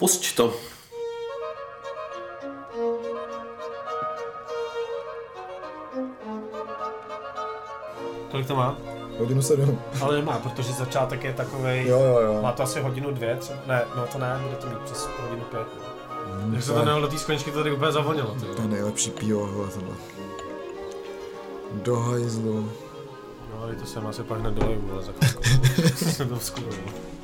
Pusť to. Kolik to má? 1:07. Ale nemá, protože začátek je takovej, Jo. má to asi 1:02, třeba. Ne, no to ne, bude to mít přes 1:05. Takže se to dalo do té skleničky, to tady úplně zavonilo. To je nejlepší pivo, tohle. Do hajzlu. No, ale to jsem asi pak hned doleju, ale za chvilku. Jsem to vzkudil.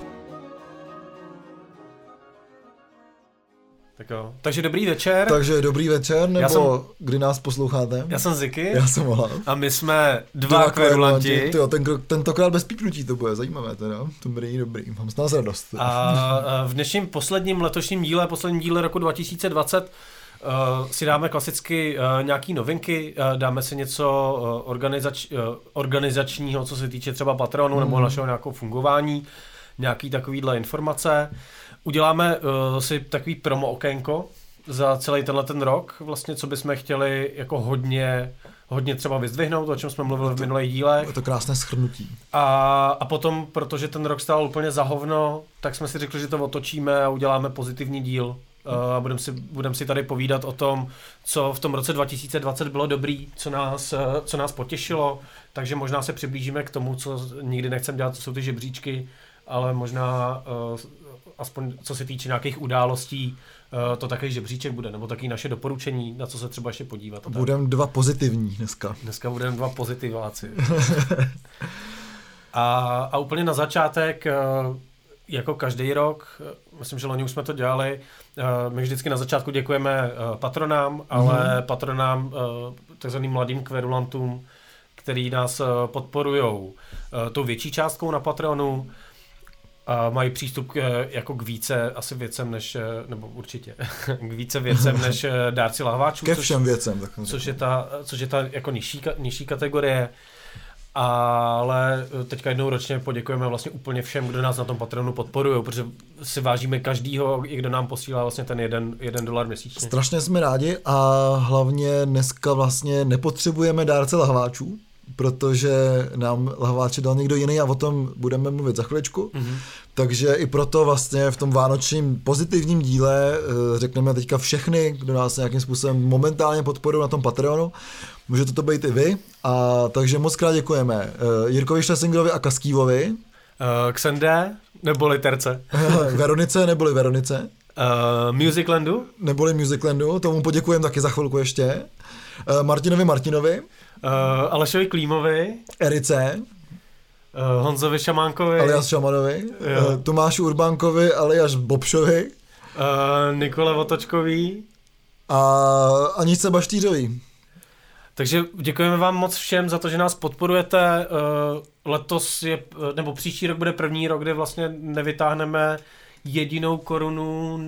Tak jo. Takže dobrý večer. Takže dobrý večer, nebo kdy nás posloucháte? Já jsem Ziky. Já jsem Olaf. A my jsme dva kverulanti. Tyjo, tentokrát bez pípnutí to bude, zajímavé teda. Dobrý. Mám z nás radost. A v dnešním posledním díle roku 2020 si dáme klasicky nějaký novinky, dáme si něco organizačního, co se týče třeba Patreonu nebo našeho nějakého fungování, nějaký takovýhle informace. Uděláme si takový promo okénko za celý ten rok, vlastně, co bychom chtěli jako hodně třeba vyzdvihnout, o čem jsme mluvili v minulých dílech. Je to krásné shrnutí. A potom, protože ten rok stál úplně za hovno, tak jsme si řekli, že to otočíme a uděláme pozitivní díl. A budeme si tady povídat o tom, co v tom roce 2020 bylo dobrý, co nás potěšilo, takže možná se přiblížíme k tomu, co nikdy nechcem dělat, co jsou ty žebříčky, ale možná aspoň co se týče nějakých událostí, to takový žebříček bude, nebo taky naše doporučení, na co se třeba ještě podívat. Budeme dva pozitivní dneska. Dneska budeme dva pozitiváci. A úplně na začátek, jako každý rok, myslím, že loni už jsme to dělali, my vždycky na začátku děkujeme patronám, ale patronám, takzvaným mladým kverulantům, který nás podporujou tou větší částkou na Patreonu, a mají přístup k více asi věcem než, nebo určitě, k více věcem než dárci lahváčů. Ke všem věcem. Což je ta jako nižší kategorie. Ale teďka jednou ročně poděkujeme vlastně úplně všem, kdo nás na tom Patreonu podporují, protože si vážíme každýho, i kdo nám posílá vlastně ten $1 měsíčně. Strašně jsme rádi a hlavně dneska vlastně nepotřebujeme dárce lahváčů, protože nám lahváče dal někdo jiný a o tom budeme mluvit za chviličku. Takže i proto vlastně v tom vánočním pozitivním díle řekneme teďka všechny, kdo nás nějakým způsobem momentálně podporují na tom Patreonu. Můžete to být i vy. A takže moc krát děkujeme Jirkovi Šlesingerovi a Kaskývovi. Xende neboli Terce. Veronice neboli Veronice. Musiclandu. Neboli Musiclandu, tomu poděkujeme taky za chvilku ještě. Martinovi. Alešovi Klímovi. Erice. Honzovi Šamánkovi. Alias Šamanovi. Tomášu Urbánkovi alias Bobšovi. Nikole Votočkovi. A Aničce Baštýřový. Takže děkujeme vám moc všem za to, že nás podporujete. Letos nebo příští rok bude první rok, kde vlastně nevytáhneme jedinou korunu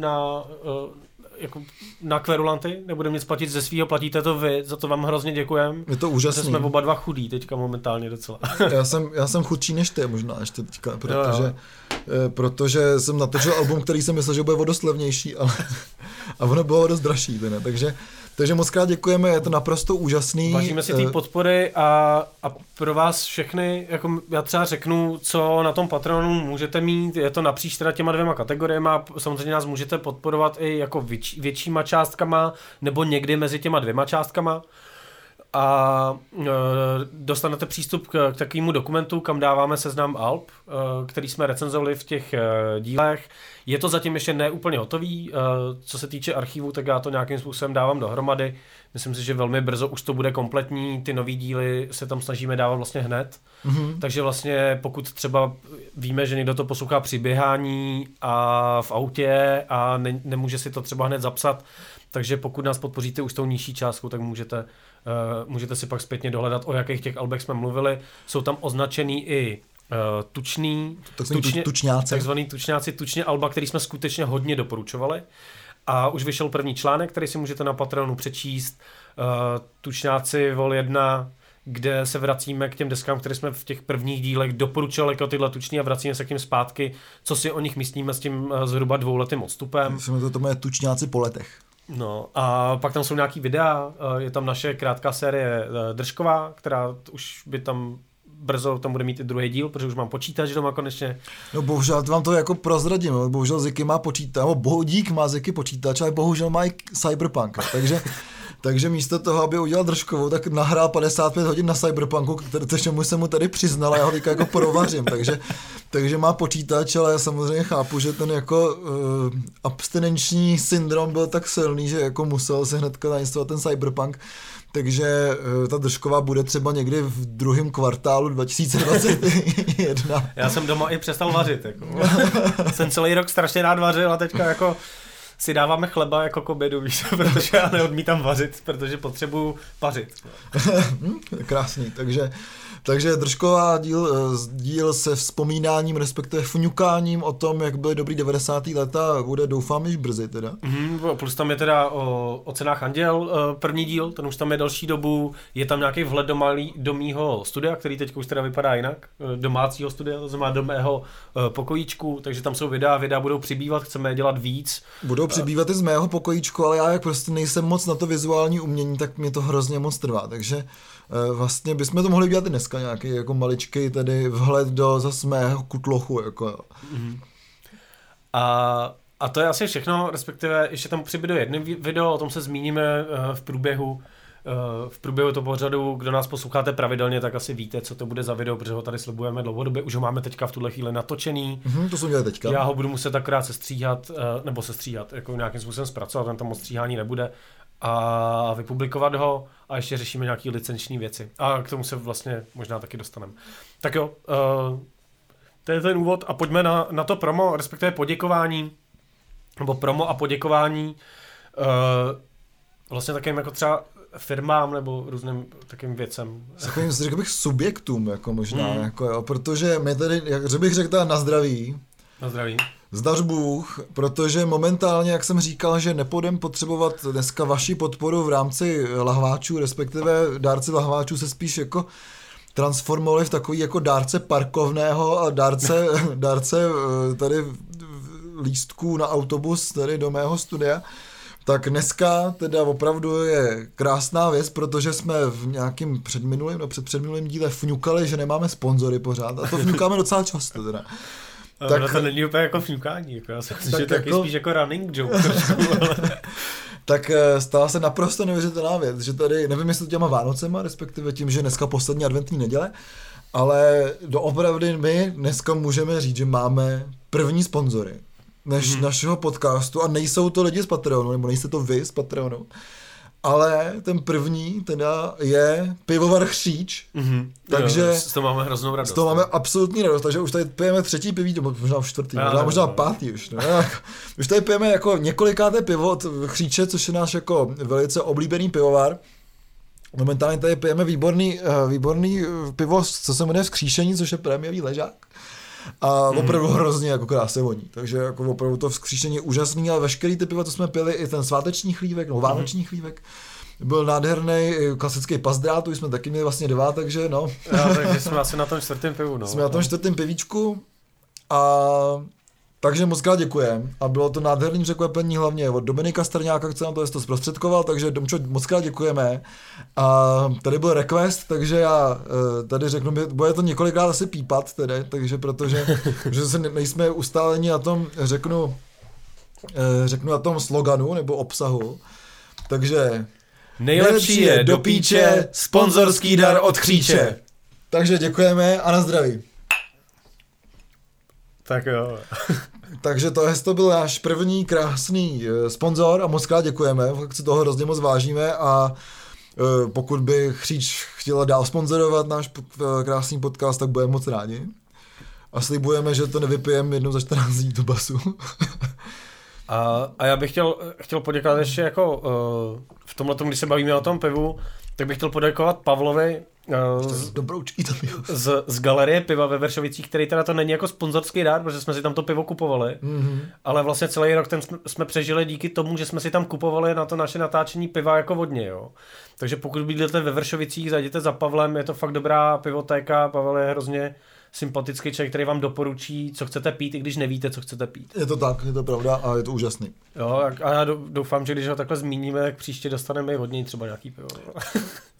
na kverulanty, nebudeme nic platit ze svýho, platíte to vy, za to vám hrozně děkujeme. Je to úžasný. Jsme oba dva chudí teďka momentálně docela. Já jsem chudší než ty možná ještě teďka, protože jsem natočil album, který jsem myslel, že bude o dost levnější, a ono bylo dost dražší, ne? Takže moc krát děkujeme, je to naprosto úžasný. Vážíme si té podpory a pro vás všechny, jako já třeba řeknu, co na tom Patreonu můžete mít, je to napříč teda těma 2 kategoriemi, samozřejmě nás můžete podporovat i jako většíma částkama, nebo někdy mezi těma 2 částkama. A dostanete přístup k takovému dokumentu, kam dáváme seznam alb, který jsme recenzovali v těch dílech. Je to zatím ještě neúplně hotový, co se týče archivu, tak já to nějakým způsobem dávám dohromady. Myslím si, že velmi brzo už to bude kompletní, ty nový díly se tam snažíme dávat vlastně hned. Takže vlastně pokud třeba víme, že někdo to poslouchá při běhání a v autě a nemůže si to třeba hned zapsat, takže pokud nás podpoříte už tou nižší částkou, tak můžete si pak zpětně dohledat, o jakých těch albech jsme mluvili. Jsou tam označený i takzvaný tučňáci, alba, který jsme skutečně hodně doporučovali. A už vyšel první článek, který si můžete na Patreonu přečíst. Tučňáci vol 1, kde se vracíme k těm deskám, které jsme v těch prvních dílech doporučovali jako tyhle tuční a vracíme se k těm zpátky, co si o nich myslíme s tím zhruba 2letým odstupem. Myslím, to je Tučňáci po letech. No a pak tam jsou nějaký videa, je tam naše krátká série Držková, která už by tam brzo tam bude mít i druhý díl, protože už mám počítač doma konečně. No bohužel vám to jako prozradím, bohužel Ziky má počítač, nebo Bohudík má Ziky počítač, ale bohužel má i Cyberpunk, takže místo toho, aby udělal držkovou, tak nahrál 55 hodin na Cyberpunku, čemu jsem mu tady přiznal, já ho teďka jako provařím, takže má počítač, ale já samozřejmě chápu, že ten jako abstinenční syndrom byl tak silný, že jako musel se hnedka nainstalovat ten Cyberpunk, takže ta držková bude třeba někdy v druhém kvartálu 2021. Já jsem doma i přestal vařit, jako. Jsem celý rok strašně rád vařil a teďka jako si dáváme chleba jako k obědu, víš, protože já neodmítám vařit, protože potřebuju pařit. Krásný, takže držková díl se vzpomínáním, respektive fňukáním o tom, jak byly dobrý 90. leta, bude doufám již brzy teda. Plus tam je teda o cenách Anděl první díl, ten už tam je další dobu, je tam nějaký vhled do mýho studia, který teď už teda vypadá jinak, domácího studia, to znamená do mého pokojíčku, takže tam jsou videa budou přibývat, chceme je dělat víc. Budou přibývat i z mého pokojíčku, ale já jak prostě nejsem moc na to vizuální umění, tak mě to hrozně moc trvá, takže vlastně bychom to mohli udělat i dneska nějaký jako maličký tedy vhled do zase mého kutlochu. Jako. A to je asi všechno, respektive ještě tam přibyde jedno video, o tom se zmíníme v průběhu toho pořadu. Kdo nás posloucháte pravidelně, tak asi víte, co to bude za video, protože ho tady slibujeme dlouhodobě, už ho máme teďka v tuhle chvíli natočený. To jsem dělal teďka. Já ho budu muset akorát sestříhat, jako nějakým způsobem zpracovat, tam moc stříhání nebude, a vypublikovat ho a ještě řešíme nějaké licenční věci. A k tomu se vlastně možná taky dostaneme. Tak jo, to je ten úvod a pojďme na to promo, respektive poděkování, nebo promo a poděkování vlastně takým jako třeba firmám nebo různým takým věcem. Takovým, řekl bych, subjektům jako možná, jako jo, protože my tady, jak bych řekl teda na zdraví. Na zdraví. Zdař Bůh, protože momentálně, jak jsem říkal, že nepůjdem potřebovat dneska vaši podporu v rámci lahváčů, respektive dárci lahváčů se spíš jako transformovali v takový jako dárce parkovného a dárce tady lístků na autobus tady do mého studia. Tak dneska teda opravdu je krásná věc, protože jsme v nějakým předminulým díle fňukali, že nemáme sponzory pořád a to fňukáme docela často teda. Tak to není úplně jako fňukání, jako já si myslím, že taky spíš jako running joke. Tak stala se naprosto neuvěřitelná věc, že tady, nevím jestli to těma Vánocema, respektive tím, že dneska poslední adventní neděle, ale doopravdy my dneska můžeme říct, že máme první sponzory našeho podcastu a nejsou to lidi z Patreonu, nebo nejste to vy z Patreonu, ale ten první teda je pivovar Chříč, takže z toho máme hroznou radost. Z toho máme absolutní radost, takže už tady pijeme třetí piví, možná už čtvrtý, možná pátý už. No, už tady pijeme jako několikáté pivo od Chříče, což je náš jako velice oblíbený pivovar. Momentálně tady pijeme výborný pivo, co se jmenuje Vzkříšení, což je prémiový ležák. A opravdu hrozně jako krásně voní, takže jako opravdu to Vzkříšení je úžasný, ale veškerý ty piva, co jsme pili, i ten sváteční chlívek, nebo vánoční chlívek, byl nádherný, klasický pazdrát, jsme taky měli vlastně 2, takže no. Takže jsme asi na tom 4. pivu, no. Jsme na tom 4. pivíčku a takže moc krát děkujem a bylo to nádherný překvapení hlavně od Dominika Strňáka, který nám to zprostředkoval, takže Domčo, moc krát děkujeme. A tady byl request, takže já tady řeknu, bude to několikrát asi pípat tedy, takže protože se nejsme ustáleni na tom, řeknu na tom sloganu nebo obsahu, takže nejlepší je do píče, sponzorský dar od Chříče. Takže děkujeme a na zdraví. Tak jo. Takže to byl náš první krásný sponzor a moc krát děkujeme, fakt si toho hrozně moc vážíme a pokud by Chříč chtěla dál sponzorovat náš krásný podcast, tak budeme moc rádi. A slibujeme, že to nevypijeme jednou za 14 dní do basu. A já bych chtěl poděkovat ještě jako v tomhletom, když se bavíme o tom pivu, tak bych chtěl poděkovat Pavlovi z Galerie piva ve Vršovicích, který teda to není jako sponzorský dár, protože jsme si tam to pivo kupovali, ale vlastně celý rok ten jsme přežili díky tomu, že jsme si tam kupovali na to naše natáčení piva jako vodně, jo. Takže pokud bydlíte ve Vršovicích, zajděte za Pavlem, je to fakt dobrá pivotéka, Pavel je hrozně sympatický člověk, který vám doporučí, co chcete pít, i když nevíte, co chcete pít. Je to tak, je to pravda a je to úžasný. Jo, a já doufám, že když ho takhle zmíníme, tak příště dostaneme i od něj třeba nějaký pivo.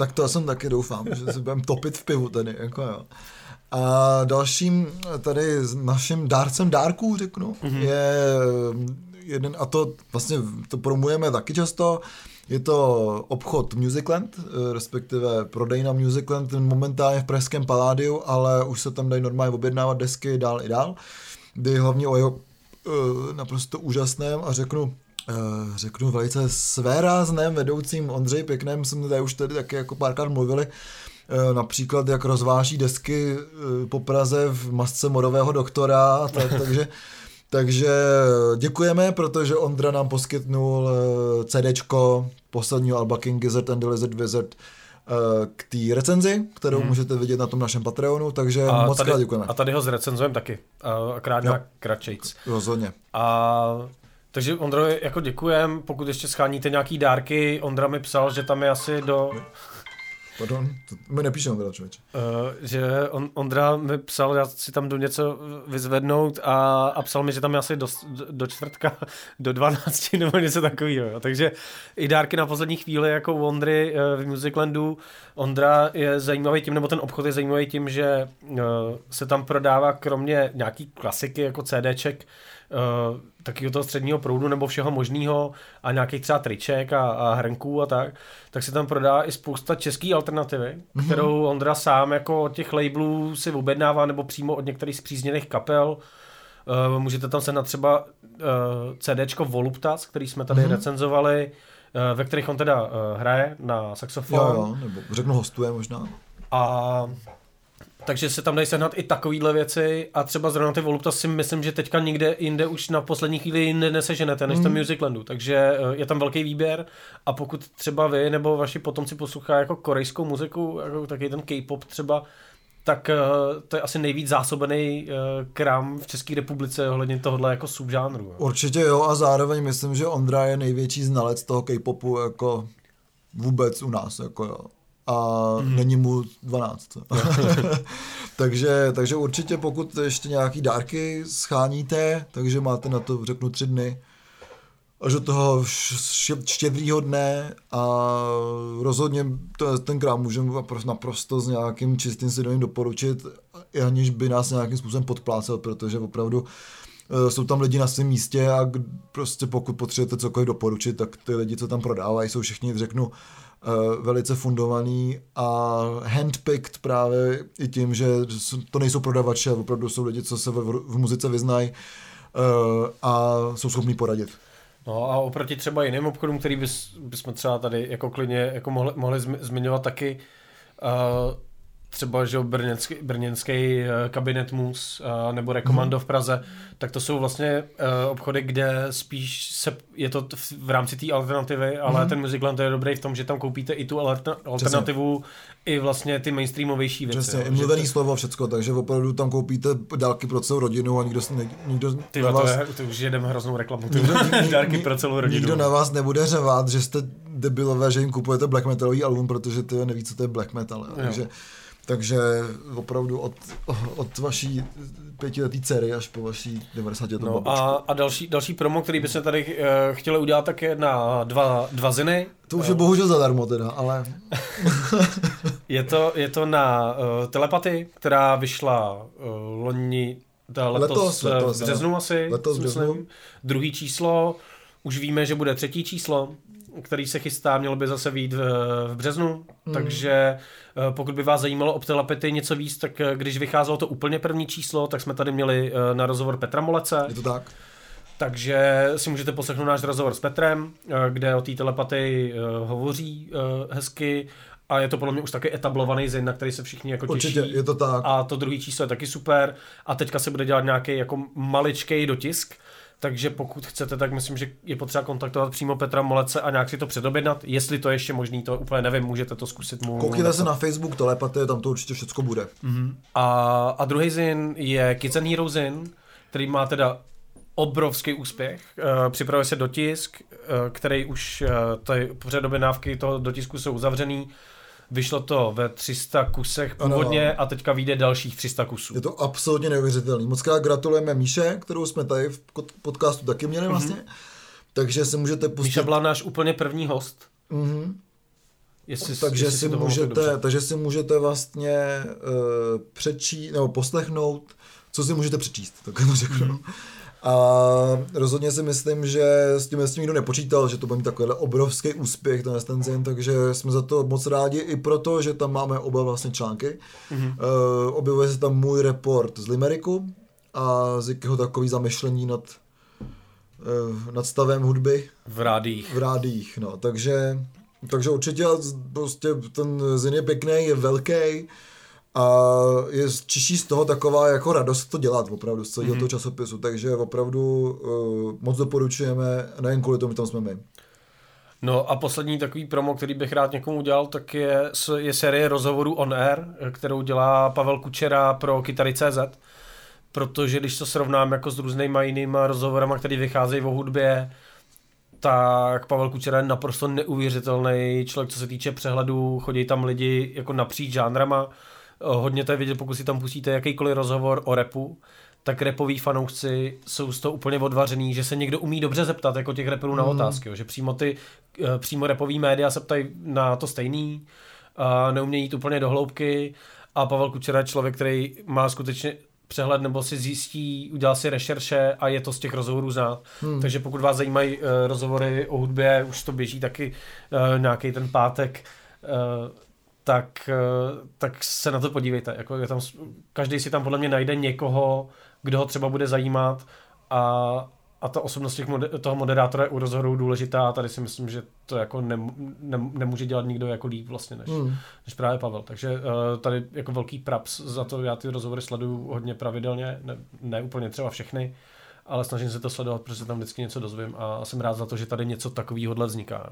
Tak to jsem taky doufám, že se budeme topit v pivu tady, jako jo. A dalším tady naším dárcem dárků, řeknu, je jeden, a to vlastně to promujeme taky často, je to obchod Musicland, respektive prodejna Musicland, momentálně v pražském Paládiu, ale už se tam dají normálně objednávat desky dál i dál. Jde hlavně o jeho naprosto úžasném a řeknu velice svérázném vedoucím Ondřeji Pěkném, jsme tady už tady taky jako párkrát mluvili, například jak rozváží desky po Praze v masce modového doktora, takže děkujeme, protože Ondra nám poskytnul CDčko posledního alba King Gizzard and the Lizard Wizard k té recenzi, kterou můžete vidět na tom našem Patreonu, takže moc krát děkujeme. A tady ho zrecenzujeme taky, akorát na kratšejc. Rozhodně. Takže Ondro, jako děkujem, pokud ještě scháníte nějaký dárky, Ondra mi psal, že tam je asi Pardon, my nepíšeme teda, člověče. Že Ondra mi psal, já si tam jdu něco vyzvednout a psal mi, že tam je asi do čtvrtka, do 12 nebo něco takového. Takže i dárky na poslední chvíli, jako u Ondry v Musiclandu. Ondra je zajímavý tím, nebo ten obchod je zajímavý tím, že se tam prodává kromě nějaký klasiky jako CDček, takového toho středního proudu nebo všeho možného a nějakých třeba triček a hrnků a tak se tam prodá i spousta české alternativy, kterou Ondra sám jako od těch labelů si objednává nebo přímo od některých spřízněných kapel. Můžete tam sehnat třeba CDčko Voluptas, který jsme tady recenzovali, ve kterých on teda hraje na saxofon. Jo, nebo řeknu hostuje možná. Takže se tam dají sehnat i takovýhle věci a třeba zrovna ty Voluptas si myslím, že teďka nikde jinde už na poslední chvíli jinde neseženete než v tom Musiclandu, takže je tam velký výběr a pokud třeba vy nebo vaši potomci poslouchají jako korejskou muziku, jako taky ten K-pop třeba, tak to je asi nejvíc zásobený krám v České republice ohledně tohohle jako subžánru. Jo. Určitě jo a zároveň myslím, že Ondra je největší znalec toho K-popu jako vůbec u nás, jako jo. A není mu 12. takže určitě pokud ještě nějaký dárky scháníte, takže máte na to, řeknu, 3 dny až do toho štědrýho dne a rozhodně ten krám můžeme naprosto s nějakým čistým svědomím doporučit, aniž by nás nějakým způsobem podplácel, protože opravdu jsou tam lidi na svém místě a prostě pokud potřebujete cokoliv doporučit, tak ty lidi, co tam prodávají, jsou všichni, řeknu, velice fundovaný a handpicked právě i tím, že to nejsou prodavače, opravdu jsou lidi, co se v muzice vyznají a jsou schopní poradit. No a oproti třeba jiným obchodům, který bychom třeba tady jako klidně jako mohli zmiňovat taky, třeba že brněnský kabinet Mus nebo Rekomando v Praze, tak to jsou vlastně obchody, kde spíš je to v rámci té alternativy, ale ten Musicland je dobrý v tom, že tam koupíte i tu alternativu, i vlastně ty mainstreamovější věci. Přesně, i mluvený slovo všecko, takže opravdu tam koupíte dárky pro celou rodinu a nikdo na vás... To už jedeme hroznou reklamu. Dárky pro celou rodinu. Nikdo na vás nebude řevát, že jste debilové, že jim kupujete black metalový album, protože ty neví, co to je black metal. Takže opravdu od vaší 5letý dcery až po vaší 90 letou babičku. A další promo, který bychom tady chtěli udělat, tak je na dva ziny. To už je bohužel zadarmo teda, ale... je to na Telepaty, která vyšla letos v březnu asi. Letos v březnu. Druhý číslo, už víme, že bude 3. číslo, který se chystá, mělo by zase vyjít v březnu, takže pokud by vás zajímalo o Telepety něco víc, tak když vycházelo to úplně první číslo, tak jsme tady měli na rozhovor Petra Molece. Je to tak. Takže si můžete poslechnout náš rozhovor s Petrem, kde o té Telepatii hovoří hezky a je to podle mě už taky etablovaný zin, na který se všichni jako těší. Určitě, je to tak. A to druhý číslo je taky super a teďka se bude dělat nějaký jako maličkej dotisk. Takže pokud chcete, tak myslím, že je potřeba kontaktovat přímo Petra Molece a nějak si to předobjednat. Jestli to je ještě možný, to úplně nevím, můžete to zkusit mu. Koukněte se na Facebook Telepaty, tam to určitě všecko bude. A druhý zin je Kids and Hero zin, který má teda obrovský úspěch. Připravuje se dotisk, který už ty předobjednávky toho dotisku jsou uzavřený. Vyšlo to ve 300 kusech původně a teďka vyjde dalších 300 kusů. Je to absolutně neuvěřitelný. Moc krát gratulujeme Míše, kterou jsme tady v podcastu taky měli vlastně. Takže se můžete pustit. Míša byla náš úplně první host. Takže si můžete vlastně přečíst, nebo poslechnout, co si můžete přečíst, tak to řeknu. A rozhodně si myslím, že s tím nikdo nepočítal, že to bude mít takovýhle obrovský úspěch, ten zin, takže jsme za to moc rádi i proto, že tam máme oba vlastně články. Objevuje se tam můj report z Limeriku a Zikyho takový zamyšlení nad stavem hudby. V rádiích, no, takže určitě prostě ten zin je pěkný, je velký a je čiší z toho taková jako radost to dělat opravdu z celého toho časopisu, takže opravdu moc doporučujeme, nejen kvůli tomu, že tam jsme my. No a poslední takový promo, který bych rád někomu udělal, tak je série rozhovorů On Air, kterou dělá Pavel Kučera pro Kytary.cz, protože když to srovnám jako s různýma jinýma rozhovorama, které vycházejí o hudbě, tak Pavel Kučera je naprosto neuvěřitelný člověk, co se týče přehledu, chodí tam lidi jako napříč žánrama, hodně to je vidět, pokud si tam pustíte jakýkoliv rozhovor o rapu, tak rapoví fanoušci jsou z toho úplně odvařený, že se někdo umí dobře zeptat jako těch raperů na otázky, jo, že přímo rapový média se ptají na to stejný, neumějí jít úplně do hloubky a Pavel Kučera je člověk, který má skutečně přehled nebo si zjistí, udělal si rešerše a je to z těch rozhovorů znát. Takže pokud vás zajímají rozhovory o hudbě, už to běží taky nějaký ten pátek, tak se na to podívejte. Jako je tam, každý si tam podle mě najde někoho, kdo ho třeba bude zajímat a ta osobnost toho moderátora je u rozhovorů důležitá a tady si myslím, že to jako nemůže dělat nikdo jako líp vlastně než právě Pavel. Takže tady jako velký praps za to, já ty rozhovory sleduju hodně pravidelně, ne úplně třeba všechny, ale snažím se to sledovat, protože se tam vždycky něco dozvím a jsem rád za to, že tady něco takovýhodle vzniká.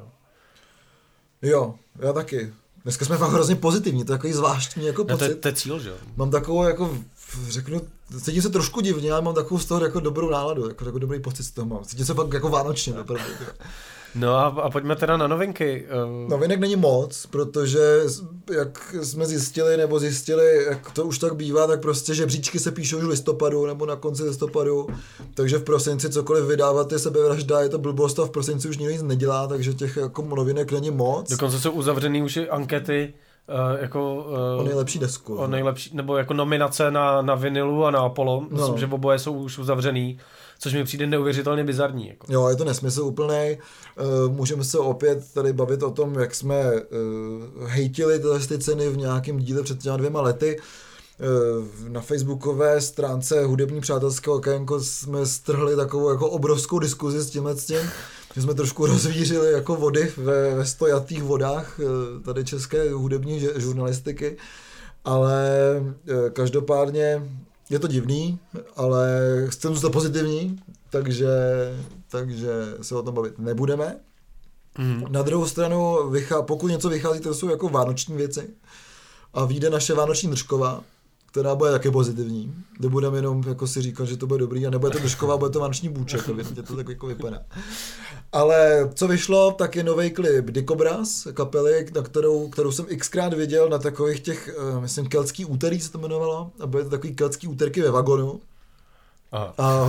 Jo, já taky. Dneska jsme fakt hrozně pozitivní, to je takový zvláštní jako pocit. To je cíl, že jo? Mám takovou jako, řeknu, cítím se trošku divně, ale mám takovou z toho jako dobrou náladu, jako dobrý pocit z toho mám. Cítím se fakt jako vánočně, opravdu. No a pojďme teda na novinky. Novinek není moc, protože jak jsme zjistili, jak to už tak bývá, tak prostě žebříčky se píšou už v listopadu nebo na konci listopadu, takže v prosinci cokoliv vydávat je sebevražda, je to blbost a v prosinci už nikdo nic nedělá, takže těch jako novinek není moc. Dokonce jsou uzavřený už i ankety o nejlepší desku. O nejlepší, nebo jako nominace na Vinilu a na Apollo. Myslím, že oboje jsou už uzavřený. Což mi přijde neuvěřitelně bizarní. Jako. Jo, je to nesmysl úplnej. Můžeme se opět tady bavit o tom, jak jsme hejtili ty ceny v nějakém díle před těma 2 lety. Na facebookové stránce Hudební přátelské okénko jsme strhli takovou jako obrovskou diskuzi s tím, že jsme trošku rozvířili jako vody ve stojatých vodách tady české hudební žurnalistiky. Ale každopádně je to divný, ale chceme zůstat pozitivní, takže se o tom bavit nebudeme. Na druhou stranu, pokud něco vychází, to jsou jako vánoční věci. A vyjde naše vánoční držková, která bude také pozitivní. Nebudeme jenom jako si říkat, že to bude dobrý, a nebude to držková, bude to vánoční bůček, to tak jako vypadá. Ale co vyšlo, tak je nový klip Dikobraz, kapely, na kterou jsem xkrát viděl na takových těch, myslím, keltský úterý se to jmenovalo, a byly to takový keltský úterky ve vagonu. Aha. A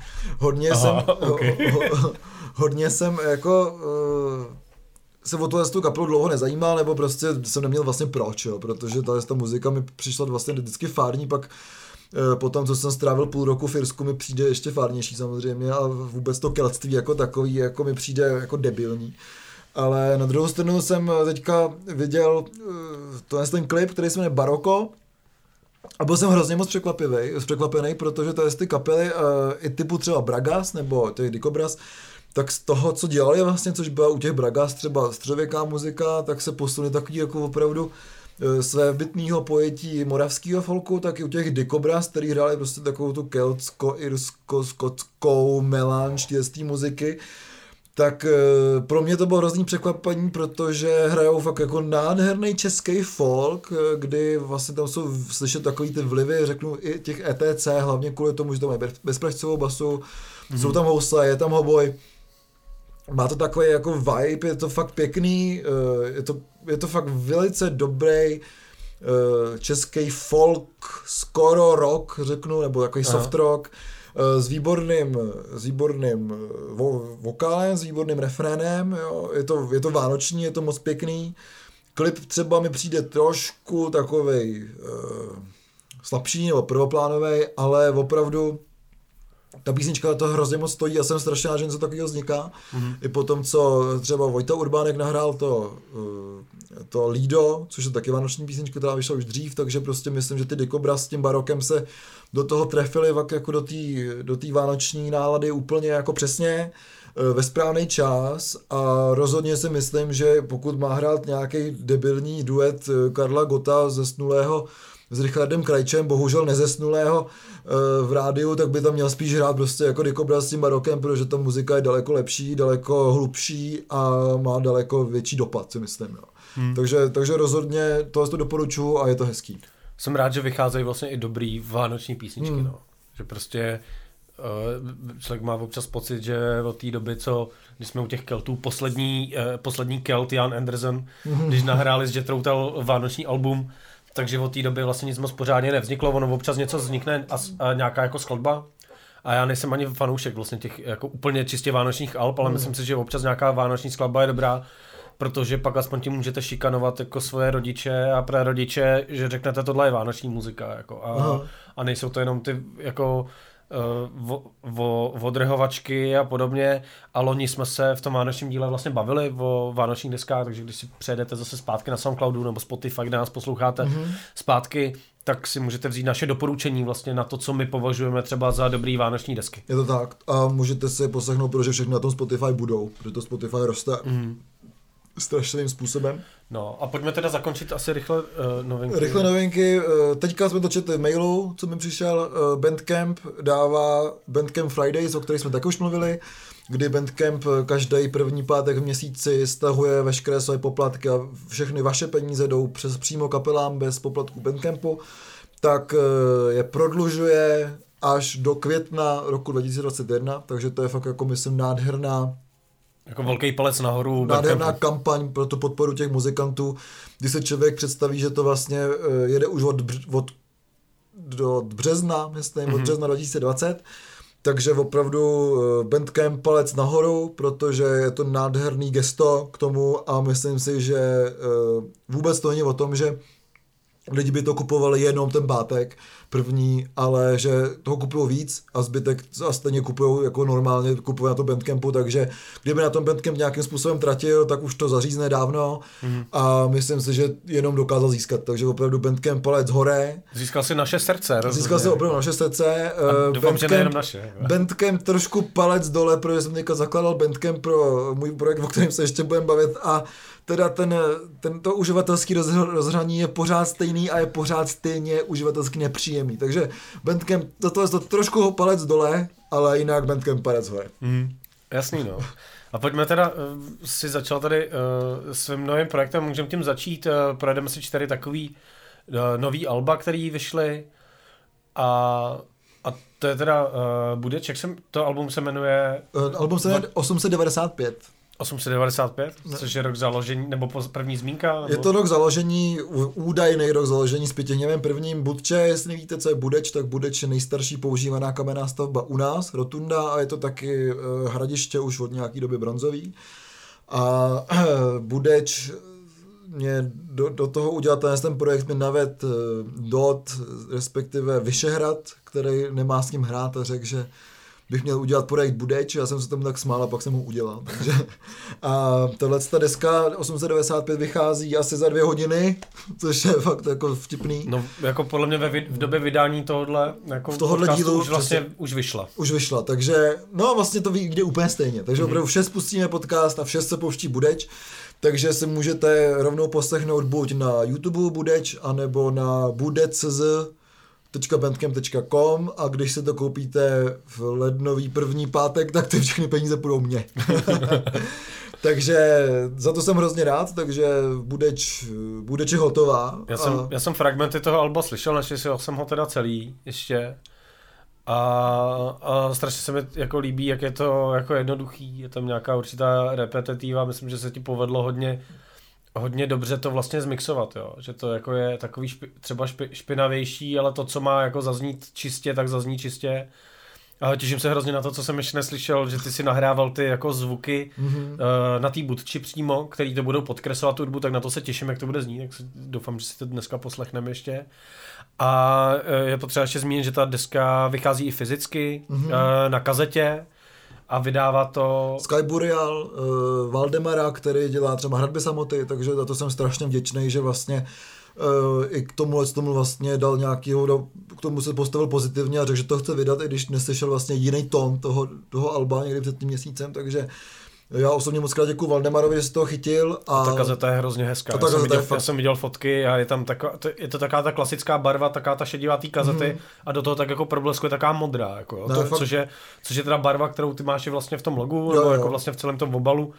hodně jsem jako se o tu kapelu dlouho nezajímal, nebo prostě jsem neměl vlastně proč, jo, protože ta muzika mi přišla vlastně vždycky fární, pak potom, co jsem strávil půl roku v Irsku, mi přijde ještě fárnější samozřejmě a vůbec to keltství jako takový jako mi přijde jako debilní. Ale na druhou stranu jsem teďka viděl ten klip, který se jmenuje Baroko, a byl jsem hrozně moc překvapený, protože to je z ty kapely i typu třeba Bragas nebo těch Dikobraz, tak z toho, co dělali vlastně, což byla u těch Bragas třeba středověká muzika, tak se posunuli takový jako opravdu svébytnýho pojetí moravského folku, tak i u těch Dikobraz, který hráli prostě takovou tu keltsko-irsko-skotskou melanž té muziky, tak pro mě to bylo hrozný překvapení, protože hrajou fakt jako nádherný český folk, kdy vlastně tam jsou slyšet takový ty vlivy, řeknu i těch ETC, hlavně kvůli tomu, že tam mají bezpražcovou basu, jsou tam housle, je tam hoboj. Má to takový jako vibe, je to fakt pěkný, je to fakt velice dobrý český folk, skoro rock, řeknu, nebo takový soft rock, s výborným vokálem, s výborným refrénem, jo. Je to vánoční, je to moc pěkný Klip třeba mi přijde trošku takovej slabší nebo prvoplánový, ale opravdu ta písnička to hrozně moc stojí a jsem strašně rád, že něco takového vzniká. I po tom, co třeba Vojta Urbánek nahrál to Lido, což je taky vánoční písnička, která vyšla už dřív, takže prostě myslím, že ty Dikobraz s tím barokem se do toho trefili jako do té vánoční nálady úplně jako přesně ve správný čas a rozhodně si myslím, že pokud má hrát nějaký debilní duet Karla Gotta zesnulého s Richardem Krajčem, bohužel nezesnulého v rádiu, tak by tam měl spíš hrát prostě jako Dikobraz s tím barokem, protože ta muzika je daleko lepší, daleko hlubší a má daleko větší dopad, si myslím. No. Takže rozhodně tohle to doporučuji a je to hezký. Jsem rád, že vycházejí vlastně i dobrý vánoční písničky, no. Že prostě člověk má občas pocit, že od té doby, když jsme u těch Keltů, poslední Kelt Jan Anderson, když nahráli s Jethro Tull vánoční album, takže od té doby vlastně nic moc pořádně nevzniklo, ono občas něco vznikne a nějaká jako skladba. A já nejsem ani fanoušek vlastně těch jako úplně čistě vánočních alb, ale myslím si, že občas nějaká vánoční skladba je dobrá, protože pak aspoň tím můžete šikanovat jako svoje rodiče a prarodiče, že řeknete, tohle je vánoční muzika. Jako, a nejsou to jenom ty jako odrhovačky a podobně. A loni jsme se v tom vánočním díle vlastně bavili o vánočních deskách, takže když si přejedete zase zpátky na SoundCloudu nebo Spotify, kde nás posloucháte zpátky, tak si můžete vzít naše doporučení vlastně na to, co my považujeme třeba za dobrý vánoční desky. Je to tak a můžete si poslechnout, protože všechny na tom Spotify budou, protože to Spotify roste strašným způsobem. No a pojďme teda zakončit asi rychle novinky. Rychle novinky, teďka jsme to četli v mailu, co mi přišel, Bandcamp dává Bandcamp Fridays, o kterých jsme taky už mluvili, kdy Bandcamp každý první pátek v měsíci stahuje veškeré své poplatky a všechny vaše peníze jdou přímo kapelám bez poplatku Bandcampu, tak je prodlužuje až do května roku 2021, takže to je fakt jako myslím nádherná jako velký palec nahoru. Nádherná kampaň pro tu podporu těch muzikantů, kdy se člověk představí, že to vlastně jede už do března, myslím, od března 2020, takže opravdu Bandcamp palec nahoru, protože je to nádherný gesto k tomu a myslím si, že vůbec to není o tom, že lidi by to kupovali jenom ten pátek první, ale že toho kupují víc a zbytek a stejně kupují jako normálně kupují na to Bandcampu, takže kdyby na tom Bandcamp nějakým způsobem tratil, tak už to zařízne dávno a myslím si, že jenom dokázal získat, takže opravdu Bandcamp palec hore. Získal si naše srdce. Rozumím. Získal si opravdu naše srdce. Doufám, že nejenom naše. Bandcamp trošku palec dole, protože jsem teďka zakládal Bandcamp pro můj projekt, o kterém se ještě budeme bavit a teda to uživatelský rozhraní je pořád stejný a je pořád stejně uživatelsky nepříjemný. Takže Bandcamp, to je to trošku palec dole, ale jinak Bandcamp palec hore. Jasný, no. A pojďme teda, si začal tady svým novým projektem, můžeme tím začít, projedeme si 4 takový nový alba, který vyšly a to je teda Budeč, to album se jmenuje... Album se jmenuje 895. 895, což je rok založení, nebo první zmínka? Nebo... Je to rok založení, údajný rok založení s Pětihněvem prvním Budče, jestli nevíte, co je Budeč, tak Budeč je nejstarší používaná kamenná stavba u nás, rotunda, a je to taky hradiště už od nějaký doby bronzový. A Budeč mě do toho udělat ten projekt mi naved Dot, respektive Vyšehrad, který nemá s ním hrát a řekl, že bych měl udělat projekt Budeč, já jsem se tomu tak smál a pak jsem ho udělal. Takže, a tato deska 895 vychází asi za 2 hodiny, což je fakt jako vtipný. No jako podle mě v době vydání tohohle jako v tohohle dílu už vlastně už vyšla. Už vyšla, takže no vlastně to jde úplně stejně. Takže opravdu vše spustíme podcast a vše se pouští Budeč. Takže si můžete rovnou poslechnout buď na YouTube Budeč, anebo na budec.bandcamp.com a když se to koupíte v lednový první pátek, tak ty všechny peníze půjdou mně. Takže za to jsem hrozně rád, takže Budeč je hotová. Já jsem fragmenty toho alba slyšel, našel jsem ho teda celý ještě. A strašně se mi jako líbí, jak je to jako jednoduchý, je tam nějaká určitá repetitiva, myslím, že se ti povedlo hodně dobře to vlastně zmixovat, jo. Že to jako je takový třeba špinavější, ale to, co má jako zaznít čistě, tak zazní čistě. A těším se hrozně na to, co jsem ještě neslyšel, že ty si nahrával ty jako zvuky na té budči přímo, který to budou podkreslovat tu hudbu, tak na to se těším, jak to bude znít, tak doufám, že si to dneska poslechneme ještě. A je potřeba ještě zmínit, že ta deska vychází i fyzicky na kazetě a vydává to... Sky Boreal, Valdemara, který dělá třeba hradby samoty, takže za to jsem strašně vděčný, že vlastně i k tomu vlastně dal nějakýho, k tomu se postavil pozitivně a řekl, že to chce vydat, i když neslyšel vlastně jiný tón toho alba někdy před tím měsícem, takže já osobně moc krát děkuju Valdemarovi, že se toho chytil. A ta kazeta je hrozně hezká. Já jsem viděl fotky a je tam je to taková ta klasická barva, taková ta šedivá té kazety a do toho tak jako probleskuje taková modrá, jako, což je teda barva, kterou ty máš i vlastně v tom logu, nebo jako vlastně v celém tom obalu,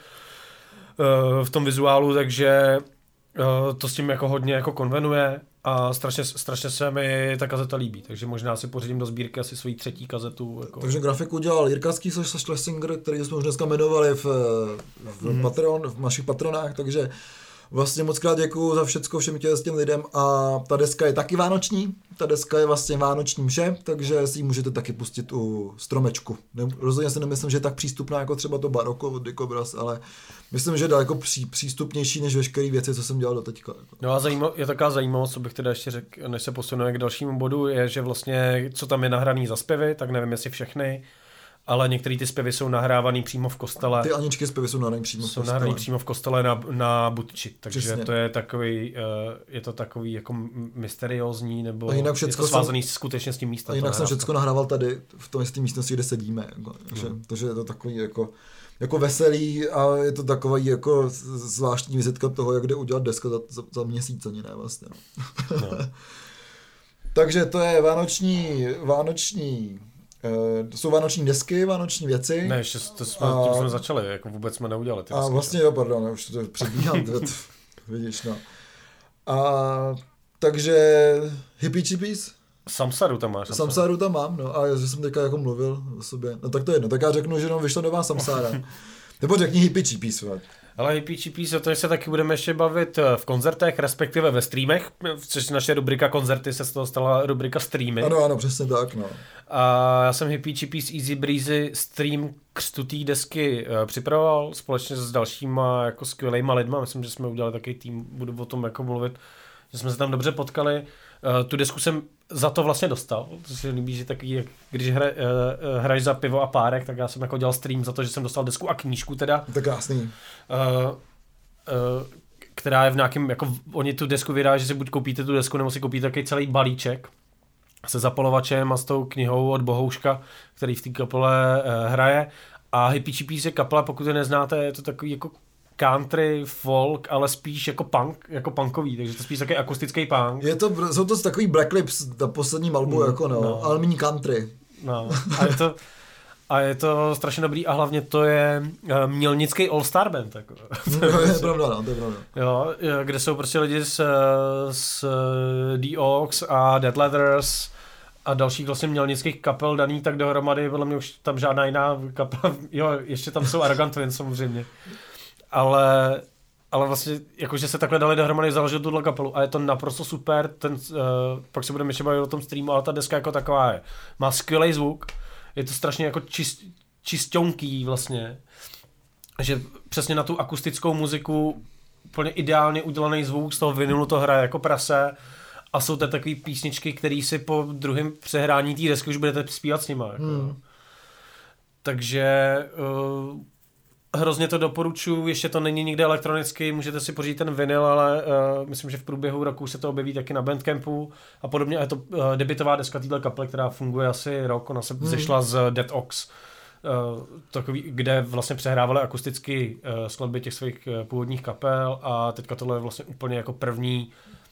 v tom vizuálu, takže to s tím jako hodně jako konvenuje a strašně se mi ta kazeta líbí, takže možná si pořídím do sbírky asi svoji 3. kazetu. Jako. Takže grafiku dělal Jirka Schlesinger, který jsme už dneska jmenovali v našich patronách, takže vlastně moc krát děkuju za všecko všem těm lidem a ta deska je taky vánoční, ta deska je vlastně vánoční mše, takže si ji můžete taky pustit u stromečku. Rozhodně si nemyslím, že je tak přístupná jako třeba to Baroko od Dicobras, ale myslím, že je daleko přístupnější než veškeré věci, co jsem dělal do teďka. No a je taková zajímavost, co bych teda ještě řekl, než se posuneme k dalšímu bodu, je, že vlastně, co tam je nahraný za zpěvy, tak nevím, jestli všechny, ale některé ty zpěvy jsou nahrávaný přímo v kostele. Ty Aničky zpěvy jsou nahraný přímo v kostele na Budči, takže přesně. To je takový, je to takový jako mysteriózní, nebo je to svázaný skutečně s tím místem. A jinak jsem všechno nahrával tady v tom místnosti, kde sedíme, jako, takže je to takový jako veselý a je to takový jako zvláštní vizitka toho, jak jde udělat deska za měsíc, ani ne vlastně. No. Takže to je vánoční to jsou vánoční desky, vánoční věci. Ne, ještě tím jsme začali, jako vůbec jsme neudělali ty desky. A vlastně jo, pardon, už to předbíhám, vidíš, no. A takže Hippie Chippies? Samsaru tam máš. Samsaru tam mám, no, a že jsem teďka jako mluvil o sobě. No tak to je jedno, tak já řeknu, že vyšla nová Samsára. Nebo řekni Hippie Chippies, Ale Hippie Chippies, o tom se taky budeme ještě bavit v koncertech, respektive ve streamech, což naše rubrika koncerty se z toho stala rubrika streamy. Ano, přesně tak, no. A já jsem Hippie Chippies Easy Breezy stream křtu té desky připravoval společně s dalšíma jako skvělejma lidma, myslím, že jsme udělali takový tým, budu o tom jako mluvit, že jsme se tam dobře potkali. Tu desku jsem za to vlastně dostal, to se líbí, že taky, když hraješ za pivo a párek, tak já jsem jako dělal stream za to, že jsem dostal desku a knížku teda. To je krásný. Která je v nějakém, jako oni tu desku vydávají, že si buď koupíte tu desku, nebo si koupíte takový celý balíček se zapalovačem a s tou knihou od Bohouška, který v té kapele hraje. A Hippie Chippies je kapela, pokud je neznáte, je to takový jako country, folk, ale spíš jako punk, jako punkový, takže to spíš takový akustický punk. Jsou to takový Black Lips na posledním albu, jako no, ale méně country. No, a je to strašně dobrý a hlavně to je mělnický all-star band. Jako. To je pravda. Jo, kde jsou prostě lidi z The Oaks a Dead Letters a dalších vlastně mělnických kapel daný tak dohromady, podle mě už tam žádná jiná kapela, jo, ještě tam jsou Arrogant Twins samozřejmě. Ale vlastně, jakože se takhle dali dohromady, založil tuhle kapelu a je to naprosto super, pak se budeme ještě bavit o tom streamu, ale ta deska jako taková je. Má skvělý zvuk, je to strašně jako čisťonký vlastně, že přesně na tu akustickou muziku úplně ideálně udělaný zvuk, z toho vinilu to hraje jako prase a jsou to takový písničky, které si po druhém přehrání té desky už budete zpívat s nima. Jako. Takže hrozně to doporučuji, ještě to není nikde elektronicky, můžete si pořídit ten vinyl, ale myslím, že v průběhu roku se to objeví taky na Bandcampu a podobně. A je to debutová deska téhle kapely, která funguje asi rok, ona se zešla z Dead Ox, takový, kde vlastně přehrávali akusticky skladby těch svých původních kapel a teďka tohle je vlastně úplně jako první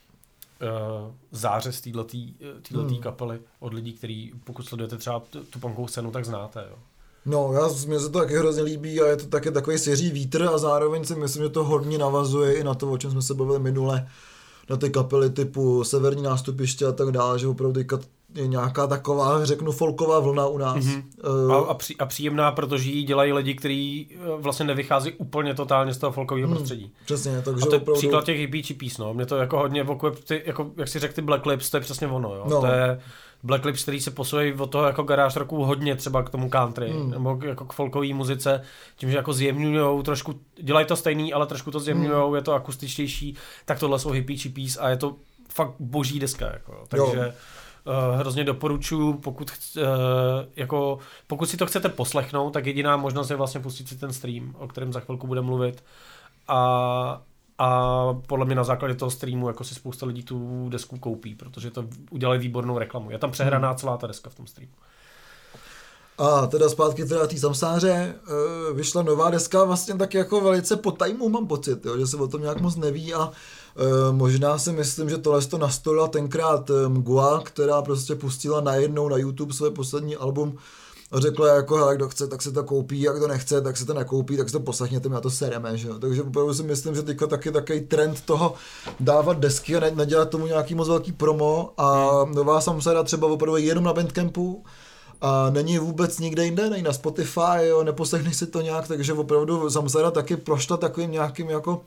zářez této kapely od lidí, který pokud sledujete třeba tu punkovou scénu, tak znáte. Jo. No, mně se to taky hrozně líbí a je to taky takový svěží vítr a zároveň si myslím, že to hodně navazuje i na to, o čem jsme se bavili minule, na ty kapely typu Severní nástupiště a tak dále, že opravdu je nějaká taková, řeknu, folková vlna u nás. A příjemná, protože ji dělají lidi, kteří vlastně nevychází úplně totálně z toho folkového prostředí. Přesně, takže a to je opravdu příklad těch Hippie Chippies, no. Mě to jako hodně evokuje, jako, jak si řekl, ty Black Lips, to je přesně ono, jo. No. To je Black Lips, který se posouvají od toho jako garáž roku hodně třeba k tomu country, nebo jako k folkové muzice, tím, že jako zjemňujou trošku, dělají to stejný, ale trošku to zjemňujou, je to akustičtější, tak tohle jsou hippie chippies a je to fakt boží deska, jako, takže hrozně doporučuji, pokud si to chcete poslechnout, tak jediná možnost je vlastně pustit si ten stream, o kterém za chvilku budeme mluvit a podle mě na základě toho streamu jako si spousta lidí tu desku koupí, protože to udělají výbornou reklamu. Je tam přehraná celá ta deska v tom streamu. A teda zpátky teda té Samsáře, vyšla nová deska vlastně tak jako velice po timeu, mám pocit, jo, že se o tom nějak moc neví a možná si myslím, že tohle to nastolila tenkrát Mgła, která prostě pustila najednou na YouTube své poslední album a řekla jako, hele, kdo chce, tak se to koupí, a kdo nechce, tak se to nekoupí, tak se to poslechněte, my na to sereme, že jo. Takže opravdu si myslím, že teďka taky takový trend toho dávat desky a nedělat tomu nějaký moc velký promo a nová Samsara třeba opravdu jenom na Bandcampu a není vůbec nikde jinde, není na Spotify, jo, neposlechneš si to nějak, takže opravdu Samsara taky prošla takovým nějakým jako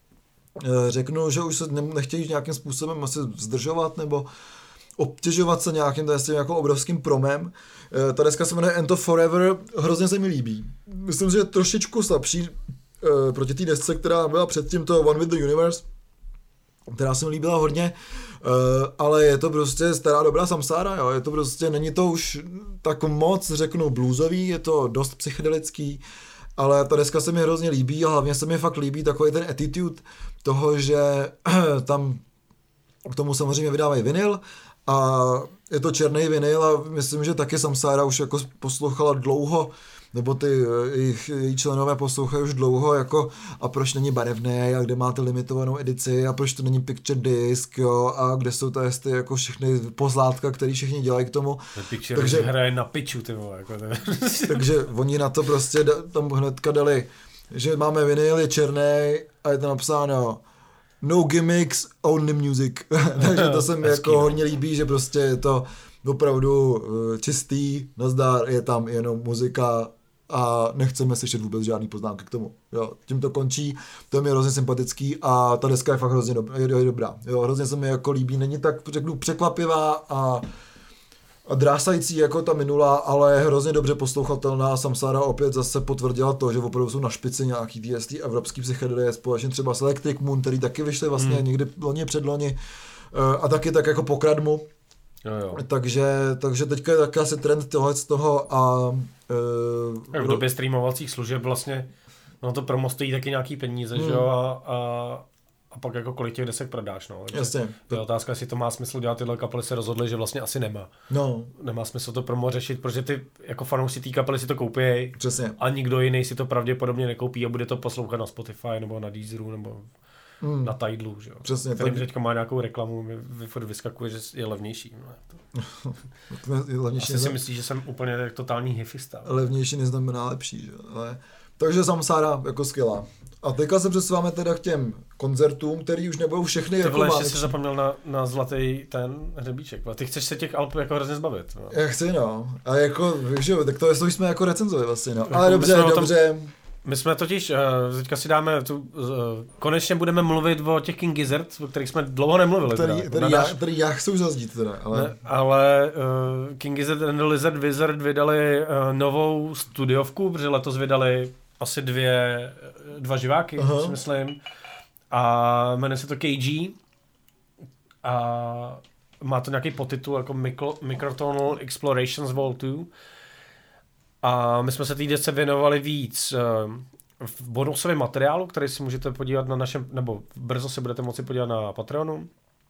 řeknu, že už se nechtějí nějakým způsobem asi zdržovat nebo obtěžovat se nějakým jako obrovským promem. Ta deska se jmenuje End of Forever, hrozně se mi líbí. Myslím, že je trošičku slabší proti té desce, která byla předtím to One with the Universe, která se mi líbila hodně, ale je to prostě stará dobrá Samsára, jo. Je to prostě, není to už tak moc, řeknu, bluesový, je to dost psychedelický, ale ta deska se mi hrozně líbí a hlavně se mi fakt líbí takový ten attitude toho, že tam k tomu samozřejmě vydávají vinyl a je to černý vinyl a myslím, že taky Samsára už jako poslouchala dlouho, nebo její členové poslouchají už dlouho, jako a proč není barevné a kde máte limitovanou edici a proč to není picture disc, jo, a kde jsou to jestli jako všechny pozlátka, které všichni dělají k tomu. Picture takže hraje na piču, ty vole, jako takže oni na to prostě tam hnedka dali, že máme vinyl, je černý a je to napsáno no gimmicks, only music. Takže to se mi jako hodně líbí, že prostě je to opravdu čistý, nazdar, je tam jenom muzika a nechceme slyšet vůbec žádný poznámky k tomu. Jo, tím to končí, to je mi hrozně sympatický a ta deska je fakt hrozně dobrá. Jo, hrozně se mi jako líbí, není tak, řeknu, překvapivá a drásající jako ta minulá, ale je hrozně dobře poslouchatelná. Samsára opět zase potvrdila to, že opravdu jsou na špici nějaký té evropský psychedelie, společně třeba s Electric Moon, který taky vyšly vlastně někdy loni předloni a taky tak jako po Kradmu. Jo. Takže teďka je taky asi trend tohle z toho a v době streamovacích služeb vlastně no to promo stojí taky nějaký peníze, že jo, a pak jako kolik těch desek prodáš, no. Jasně. To je otázka, jestli to má smysl dělat, tyhle kapely se rozhodly, že vlastně asi nemá. No. Nemá smysl to promo řešit, protože ty jako fanoušci té kapely si to koupí. Přesně. A nikdo jiný si to pravděpodobně nekoupí a bude to poslouchat na Spotify nebo na Deezeru nebo na Tidlu, že jo. Přesně. Kterým teďka má nějakou reklamu, mi furt vyskakuje, že je levnější. Asi si myslíš, že jsem úplně totální hifista. Levnější neznamená lepší, že jo. Takže Samsára jako skvělá. A teďka se přesouváme teda k těm koncertům, který už nebudou všechny ty jako vole, ještě jsi zapomněl na zlatý ten hřebíček. Ty chceš se těch alb jako hrozně zbavit. No. Já chci, no. A jako, víš jo, tak to jsme jako recenzovali vlastně, no. Ale dobře. My jsme totiž, teďka si dáme konečně budeme mluvit o těch King Gizzard, o kterých jsme dlouho nemluvili. Který já chci už zazdít teda, ale... Ale King Gizzard and the Lizard Wizard vydali novou studiovku, protože letos vydali asi dva živáky, si myslím. A jmenuje se to KG. A má to nějaký podtitul jako Microtonal Explorations Vol. 2. A my jsme se té desce věnovali víc v bonusovém materiálu, který si můžete podívat na našem, nebo brzo se budete moci podívat na Patreonu,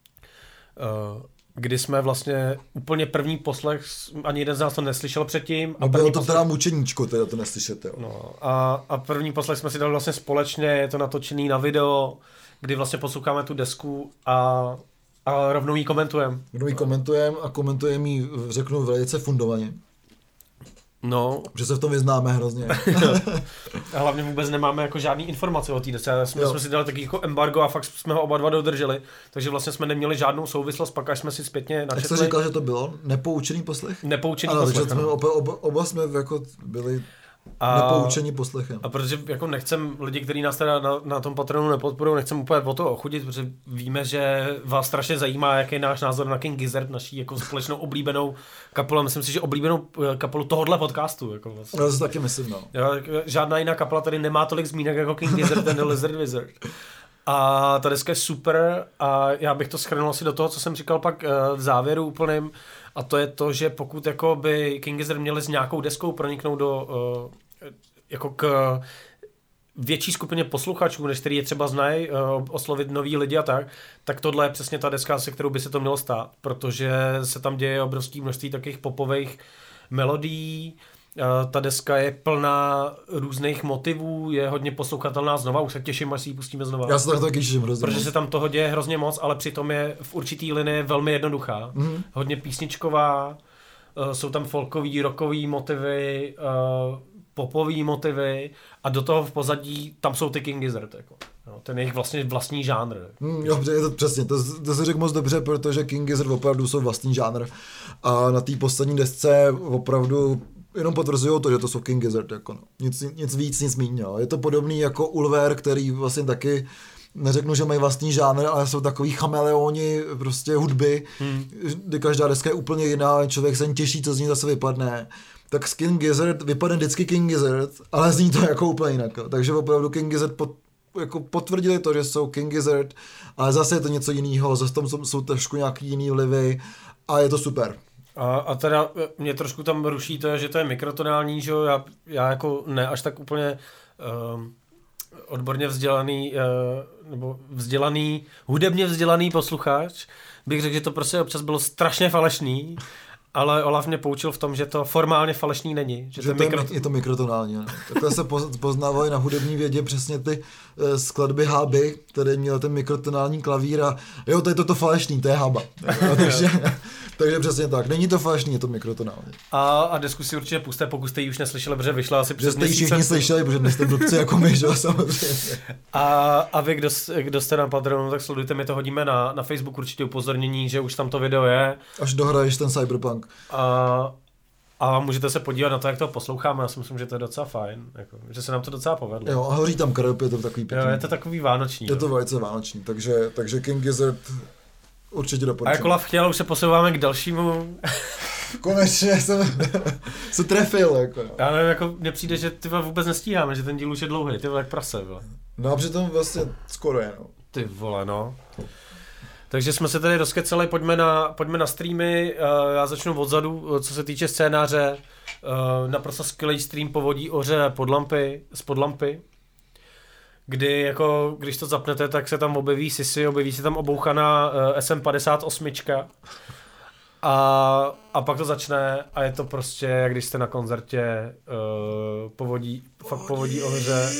kdy jsme vlastně úplně první poslech, ani jeden z nás to neslyšel předtím. A bylo to teda mučeníčko, teda to neslyšete. Jo. No, a první poslech jsme si dali vlastně společně, je to natočený na video, kdy vlastně posloucháme tu desku a rovnou ji komentujeme. A komentujeme ji, řeknu, velice fundovaně. No. Protože se v tom vyznáme hrozně. A hlavně vůbec nemáme jako žádný informace o té desce. Jsme si dali taky jako embargo a fakt jsme ho oba dva dodrželi. Takže vlastně jsme neměli žádnou souvislost, pak až jsme si zpětně načetli. Jak jsi říkal, že to bylo? Nepoučený poslech? Nepoučený poslech. Ano, oba jsme jako byli... Nepoučení poslechem. A protože jako nechcem lidi, kteří nás teda na tom Patreonu nepodporují, nechcem úplně o to ochudit, protože víme, že vás strašně zajímá, jaký je náš názor na King Gizzard, naší jako společnou oblíbenou kapelu. Myslím si, že oblíbenou kapelu tohohle podcastu. Jako vlastně. No, to taky myslím, no. Žádná jiná kapela tady nemá tolik zmínek jako King Gizzard and the Lizard Wizard. A ta deska je super a já bych to shrnul asi do toho, co jsem říkal pak v závěru úplným, a to je to, že pokud jako by King Gizzard měli s nějakou deskou proniknout do jako k větší skupině posluchačů, než který je třeba znají, oslovit nový lidi a tak tohle je přesně ta deska, se kterou by se to mělo stát, protože se tam děje obrovské množství takových popových melodií. Ta deska je plná různých motivů, je hodně poslouchatelná znova, už se těším, až si ji pustíme znova. Já se taky těším hrozně. Protože se tam toho děje hrozně moc, ale přitom je v určitý linii velmi jednoduchá. Hodně písničková, jsou tam folkový, rockový motivy, popový motivy a do toho v pozadí tam jsou ty King Gizzard. Jako. No, ten je jejich vlastně vlastní žánr. Jo, přesně, to si řekl moc dobře, protože King Gizzard opravdu jsou vlastní žánr a na té poslední desce opravdu jenom potvrzují to, že to jsou King Gizzard, jako no. Nic víc, nic míň. Jo. Je to podobný jako Ulver, který vlastně taky, neřeknu, že mají vlastní žánr, ale jsou takový chameleoni prostě hudby, kdy každá deska je úplně jiná, člověk se těší, co z ní zase vypadne. Tak z King Gizzard vypadne vždycky King Gizzard, ale zní to jako úplně jinak. Jo. Takže opravdu King Gizzard jako potvrdili to, že jsou King Gizzard, ale zase je to něco jiného, zase tam jsou trošku nějaký jiný vlivy a je to super. A teda mě trošku tam ruší to, že to je mikrotonální, že já jako ne až tak úplně odborně vzdělaný nebo hudebně vzdělaný posluchač, bych řekl, že to prostě občas bylo strašně falešný, ale Olaf mě poučil v tom, že to formálně falešný není. Že je to mikrotonální. Takhle se poznávají na hudební vědě přesně ty skladby háby, které měl ten mikrotonální klavír a jo, to je to falešný, to je hába. Takže přesně tak. Není to falešný, je to mikrotonální. A desku si určitě puste, pokud jste ji už neslyšeli, protože vyšla asi přes měsíc. Jste ji všichni slyšeli, protože nejste blbci jako my, že samozřejmě. A vy, kdo jste na Patreonu, tak sledujte, my to hodíme na Facebook určitě upozornění, že už tam to video je. Až dohraješ ten Cyberpunk. A můžete se podívat na to, jak to posloucháme. Já si myslím, že to je docela fajn, jako, že se nám to docela povedlo. Jo, a hoří tam krb, je to takový pěkný. Jo, je to takový vánoční. Je to velice vánoční, takže King Gizzard určitě doporučuji. A jako Lav chtěl, už se posouváme k dalšímu. Konečně jsem se trefil. Jako. Já nevím, jako mně přijde, že ty vůbec nestíháme, že ten díl už je dlouhý, ty jak prase. Vole. No a přitom vlastně skoro je, no. Ty vole, no. Takže jsme se tady rozkeceli, pojďme na streamy, já začnu odzadu, co se týče scénáře, naprosto skvělý stream Povodí Oře spod lampy, kdy jako, když to zapnete, tak se tam objeví Sisi, objeví se tam obouchaná SM58 a pak to začne a je to prostě, jak když jste na koncertě Povodí Oře.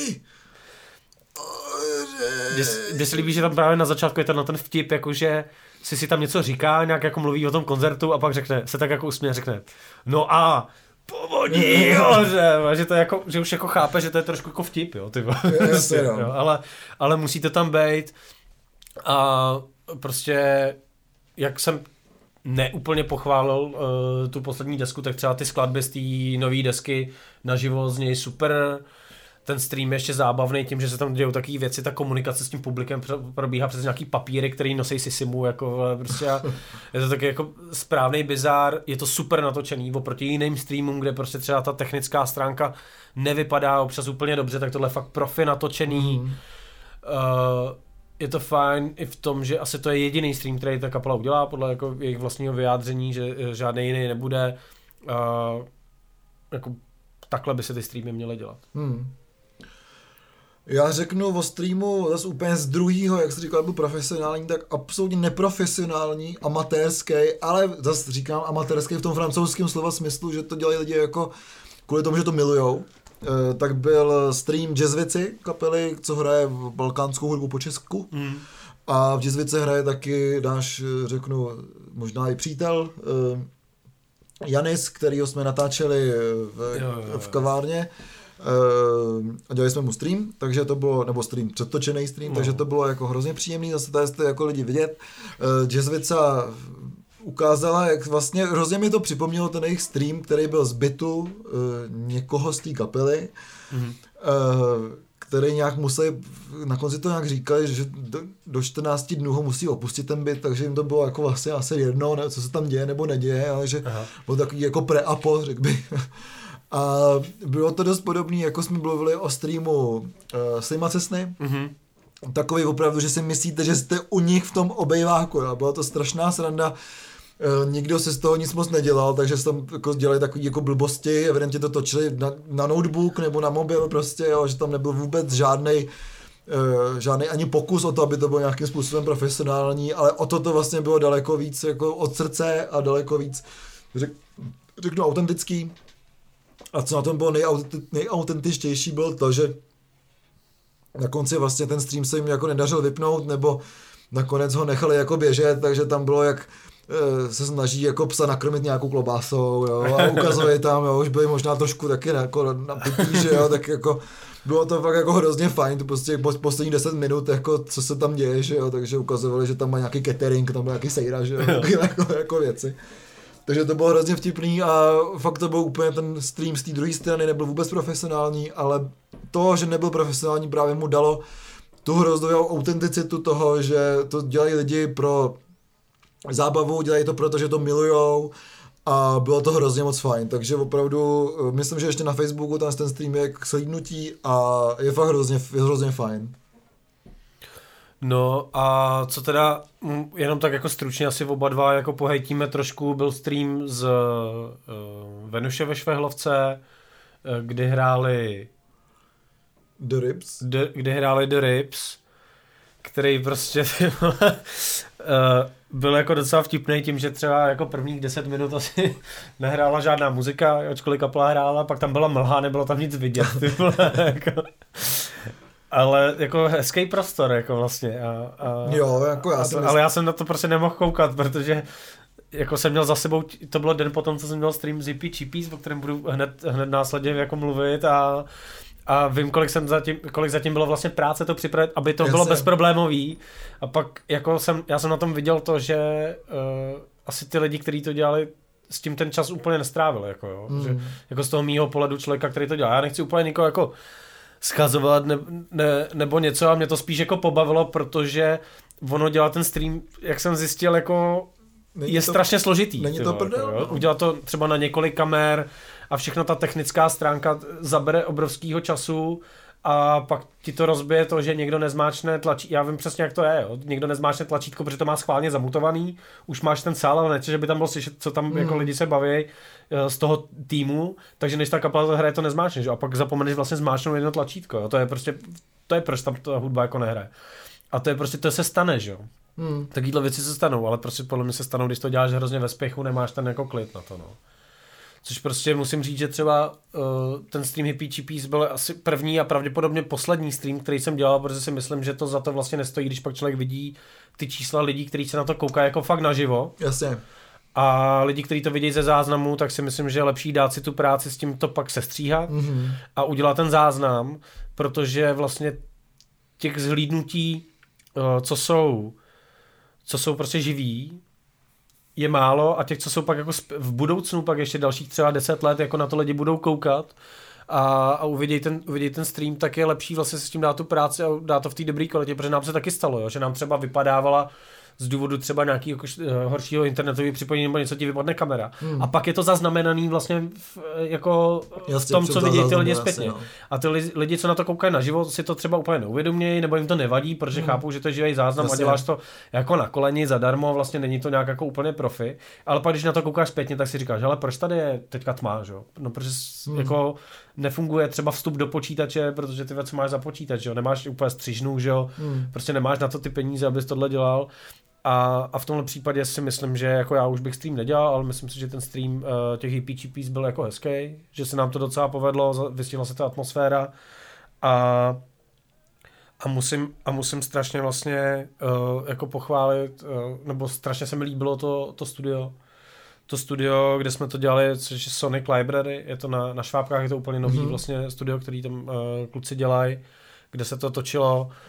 Mně se líbí, že tam právě na začátku je ten vtip, jakože si tam něco říká, nějak jako mluví o tom koncertu a pak se tak jako usměje, řekne no a Povodí Oře, že to jako, že už jako chápe, že to je trošku jako vtip, jo, ty jo, ale musíte tam být a prostě jak jsem neúplně pochválil tu poslední desku, tak třeba ty skladby z té nové desky naživo z něj super. Ten stream je ještě zábavný tím, že se tam dějou takové věci, ta komunikace s tím publikem probíhá přes nějaký papíry, který nosí Sisimu, jako prostě je to taky jako správný bizár, je to super natočený, oproti jiným streamům, kde prostě třeba ta technická stránka nevypadá občas úplně dobře, tak tohle je fakt profi natočený. Je to fajn i v tom, že asi to je jediný stream, který ta kapela udělá, podle jako jejich vlastního vyjádření, že žádný jiný nebude. Jako takhle by se ty streamy měly dělat. Já řeknu o streamu zase úplně z druhýho, jak jsi říkal, byl profesionální, tak absolutně neprofesionální, amatérský, ale zase říkám amatérský v tom francouzském slova smyslu, že to dělají lidi jako kvůli tomu, že to milujou. Tak byl stream Jazzvici, kapely, co hraje balkánskou hudbu po Česku. A v Jazzvici hraje taky náš, řeknu, možná i přítel, Janis, kterýho jsme natáčeli v kavárně. A dělali jsme mu stream, takže to bylo, nebo stream, předtočený stream, takže to bylo jako hrozně příjemný, zase tady jste jako lidi vidět. Jazzvica ukázala, jak vlastně hrozně mi to připomnělo ten jejich stream, který byl z bytu někoho z té kapely, který nějak museli, na konci to nějak říkali, že do 14 dnů ho musí opustit ten byt, takže jim to bylo jako vlastně asi jedno, ne, co se tam děje nebo neděje, ale že bylo takový jako pre-apo, řekl bych. A bylo to dost podobné, jako jsme mluvili o streamu Slima Cessny. Takový opravdu, že si myslíte, že jste u nich v tom obejváku. Jo. Byla to strašná sranda. Nikdo si z toho nic moc nedělal, takže se tam jako dělali takové jako blbosti, evidentně to točili na notebook nebo na mobil prostě, jo, že tam nebyl vůbec žádnej ani pokus o to, aby to bylo nějakým způsobem profesionální, ale o to vlastně bylo daleko víc jako od srdce a daleko víc, řeknu, autentický. A co na tom bylo nejautentičtější, bylo to, že na konci vlastně ten stream se jim jako nedařil vypnout, nebo nakonec ho nechali jako běžet, takže tam bylo jak se snaží jako psa nakrmit nějakou klobásou, jo, a ukazuje tam, jo, už byli možná trošku taky jako napitý, že jo, tak jako bylo to fakt jako hrozně fajn, to prostě poslední 10 minut, jako co se tam děje, že jo, takže ukazovali, že tam má nějaký catering, tam byl nějaký sejra, že jo, jako věci. Takže to bylo hrozně vtipný a fakt to byl úplně ten stream z té druhé strany, nebyl vůbec profesionální, ale to, že nebyl profesionální, právě mu dalo tu hroznou autenticitu toho, že to dělají lidi pro zábavu, dělají to proto, že to milujou a bylo to hrozně moc fajn, takže opravdu myslím, že ještě na Facebooku tam ten stream je k slednutí a je fakt hrozně fajn. No a co teda, jenom tak jako stručně asi oba dva jako pohejtíme trošku, byl stream z Venuše ve Švehlovce, kdy hráli The Rips, The Rips, který prostě byl jako docela vtipný tím, že třeba jako prvních 10 minut asi nehrála žádná muzika, ačkoliv kapela hrála, pak tam byla mlha, nebylo tam nic vidět, jako. Ale jako hezký prostor, jako vlastně. Jo, jako ale já jsem na to prostě nemohl koukat, protože jako jsem měl za sebou, to bylo den potom, co jsem měl stream z Zippy Cheapies, o kterém budu hned následně jako mluvit a vím, kolik zatím bylo vlastně práce to připravit, aby to bylo bezproblémový. A pak jako já jsem na tom viděl to, že asi ty lidi, kteří to dělali, s tím ten čas úplně nestrávili, jako jo. Že, jako z toho mýho pohledu člověka, který to dělá. Já nechci úplně nikoho jako schazovat nebo něco a mě to spíš jako pobavilo, protože ono dělá ten stream, jak jsem zjistil, jako je strašně složitý. Není to prdel? Jako, udělat to třeba na několik kamer a všechno ta technická stránka zabere obrovského času a pak ti to rozbije to, že někdo nezmáčne tlačítko. Já vím přesně, jak to je. Jo. Někdo nezmáčne tlačítko, protože to má schválně zamutovaný. Už máš ten sál, ale ne, že by tam bylo slyšet, co tam jako lidi se baví z toho týmu, takže než ta kapela to hraje, to nezmáčneš. A pak zapomeneš vlastně zmáčnout jedno tlačítko. Jo. To je proč tam ta hudba jako nehraje. A to je prostě, to se stane, že jo. Takovýhle věci se stanou, ale prostě podle mě se stanou, když to děláš hrozně ve spěchu, nemáš ten jako klid na to, no. Což prostě musím říct, že třeba ten stream Hippie Cheapies byl asi první a pravděpodobně poslední stream, který jsem dělal, protože si myslím, že to za to vlastně nestojí, když pak člověk vidí ty čísla lidí, kteří se na to koukají jako fakt naživo. Jasně. A lidi, kteří to vidějí ze záznamu, tak si myslím, že je lepší dát si tu práci s tím to pak sestříhat a udělat ten záznam, protože vlastně těch zhlídnutí, co jsou prostě živí, je málo a těch, co jsou pak jako v budoucnu, pak ještě dalších třeba 10 let, jako na to lidi budou koukat a uvidějí ten stream, tak je lepší vlastně se s tím dát tu práci a dát to v té dobré kvalitě, protože nám se taky stalo, jo, že nám třeba vypadávala z důvodu třeba nějakého horšího internetového připojení nebo něco ti vypadne kamera. A pak je to zaznamenaný vlastně v tom, co vidějí ty lidi zpětně. No. A ty lidi, co na to koukají naživo, si to třeba úplně neuvědomějí, nebo jim to nevadí, protože chápou, že to je živý záznam a děláš to jako na koleni zadarmo, vlastně není to nějak jako úplně profi. Ale pak, když na to koukáš zpětně, tak si říkáš, ale proč tady je teďka tma, že jo? No, protože jako nefunguje třeba vstup do počítače, protože ty věci máš za počítač, že jo? Nemáš úplně střižnu, že jo? Prostě nemáš na to ty peníze, abys tohle dělal. A v tomhle případě si myslím, že jako já už bych stream nedělal, ale myslím si, že ten stream těch Hippie Cheapies byl jako hezký, že se nám to docela povedlo, vystihla se ta atmosféra a musím strašně vlastně jako pochválit, nebo strašně se mi líbilo to studio. To studio, kde jsme to dělali, což je Sonic Library, je to na Švábkách, je to úplně nový vlastně studio, který tam kluci dělají, kde se to točilo.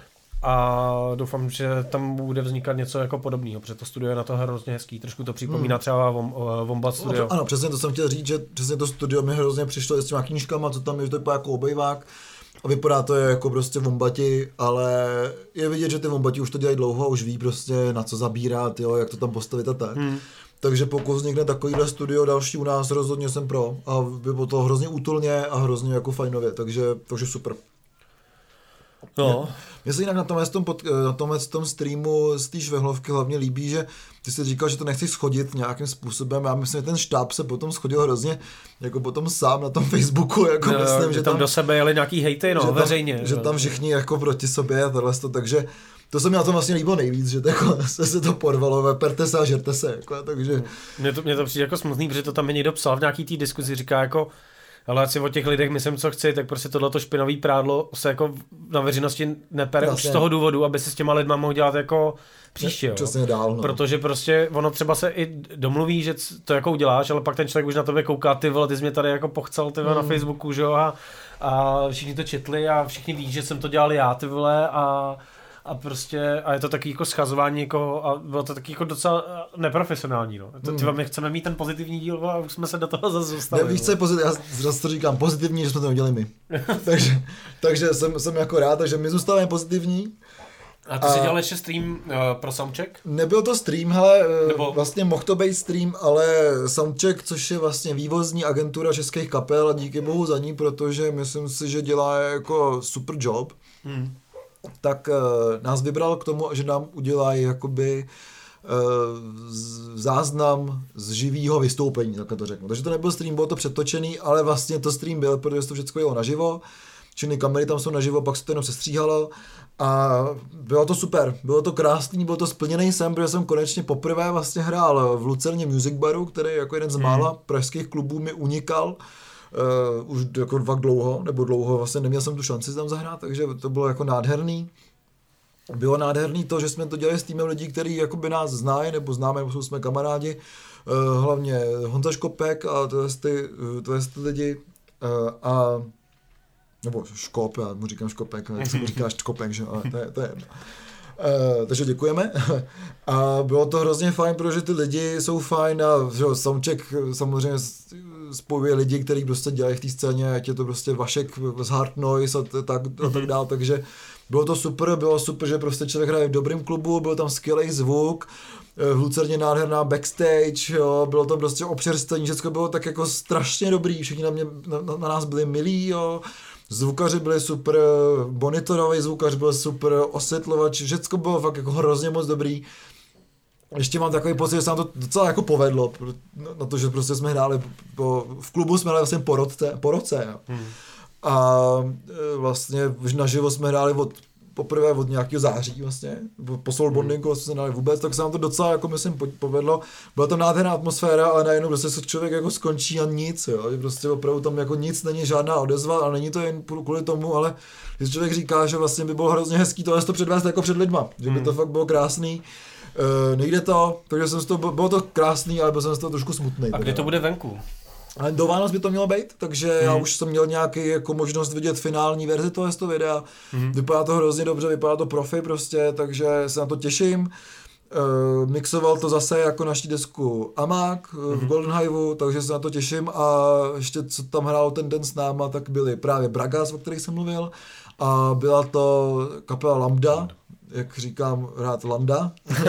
a doufám, že tam bude vznikat něco jako podobného, protože to studio je na to hrozně hezký, trošku to připomíná třeba Wombat Studio. Ano, přesně to jsem chtěl říct, že přesně to studio mi hrozně přišlo s těma knížkama, co tam je, že to je jako obejvák a vypadá to jako prostě Wombati, ale je vidět, že ty Wombati už to dělají dlouho a už ví prostě na co zabírat, jo, jak to tam postavit a tak. Takže pokud vznikne takovýhle studio další u nás, rozhodně jsem pro a bylo to hrozně útulně a hrozně jako fajnově, takže super. No. Mně se jinak na tomhle tom streamu z té švehlovky hlavně líbí, že ty jsi říkal, že to nechceš schodit nějakým způsobem. Já myslím, že ten štáb se potom schodil hrozně jako potom sám na tom Facebooku. Jako no, myslím, že tam do sebe jeli nějaký hejty, no, veřejně. Že tam všichni jako proti sobě a tohle, takže to se mi na tom vlastně líbilo nejvíc, že jako se to porvalo, perte se a žerte se. Jako, takže... Mně to přijde jako smutný, protože to tam někdo psal v nějaký té diskuzi, říká jako ale ať si o těch lidech myslím, co chci, tak prostě tohleto špinavý prádlo se jako na veřejnosti nepere už z toho důvodu, aby si s těma lidma mohl dělat jako příště, jo. Přesně dál, no. Protože prostě ono třeba se i domluví, že to jako uděláš, ale pak ten člověk už na tebe kouká, ty vole, ty jsi mě tady jako pochcel, ty vole, na Facebooku, že jo, a všichni to četli a všichni ví, že jsem to dělal já, ty vole, a prostě, a je to taky jako schazování, jako, a bylo to taky jako docela neprofesionální, no. Třeba my chceme mít ten pozitivní díl a už jsme se do toho zase dostali. Víš, co je pozitivní, já zase to říkám, pozitivní, že jsme to udělali my. takže jsem jako rád, takže my zůstáváme pozitivní. A ty jsi dělal ještě stream pro Soundcheck? Nebyl to stream, hele, vlastně mohl to být stream, ale Soundcheck, což je vlastně vývozní agentura českých kapel a díky bohu za ní, protože myslím si, že dělá jako super job. Tak nás vybral k tomu, že nám udělají jakoby záznam z živýho vystoupení, takhle to řeknu. Takže to nebyl stream, bylo to přetočený, ale vlastně to stream byl, protože to všechno jelo naživo, všechny kamery tam jsou naživo, pak se to jenom sestříhalo a bylo to super, bylo to krásný, byl to splněný sen, protože jsem konečně poprvé vlastně hrál v Lucerně Music Baru, který jako jeden z mála pražských klubů mi unikal. Už jako dlouho, vlastně neměl jsem tu šanci tam zahrát, takže to bylo jako nádherný. Bylo nádherný to, že jsme to dělali s týmem lidí, kteří jakoby nás znají, nebo známe, nebo jsme kamarádi, hlavně Honza Škopek a to je ty lidi, nebo Škop, já mu říkám Škopek, jak se mu říká Škopek, že? Ale to je jedno. Takže děkujeme a bylo to hrozně fajn, protože ty lidi jsou fajn a Soundcheck samozřejmě spojuje lidi, kteří prostě dělají v té scéně, ať je to prostě Vašek z Hard Noise a tak dál, takže bylo super, že prostě člověk hraje v dobrém klubu, byl tam skvělý zvuk, v Lucerně nádherná backstage, jo, bylo to prostě občerstvení, všechno bylo tak jako strašně dobrý, všichni na nás byli milí, jo. Zvukaři byli super, monitorový zvukař byl super, osvětlovač, všecko bylo fakt jako hrozně moc dobrý. Ještě mám takový pocit, že se nám to docela jako povedlo, na to, že prostě jsme hráli, v klubu jsme hráli vlastně po roce. Jo. A vlastně už naživo jsme hráli poprvé od nějakého září vlastně, po soulbondingu jsme hráli vůbec, tak se nám to docela jako myslím povedlo. Byla tam nádherná atmosféra, ale najednou prostě se člověk jako skončí a nic, jo, že prostě opravdu tam jako nic není, žádná odezva, ale není to jen kvůli tomu, ale když člověk říká, že vlastně by bylo hrozně hezký tohle to předvést jako před lidma, že by to fakt bylo krásný. Nejde to, takže bylo to krásný, ale byl jsem z toho trošku smutný. A kde to bude venku? Ale do Vánoc by to mělo být, takže já už jsem měl nějaký jako možnost vidět finální verzi toho videa. Vypadá to hrozně dobře, vypadá to profi prostě, takže se na to těším. Mixoval to zase jako naší desku Amák v Golden Hiveu, takže se na to těším a ještě co tam hrál ten den s náma, tak byli právě Bragas, o kterých jsem mluvil a byla to kapela Lambda, jak říkám, rád Lambda.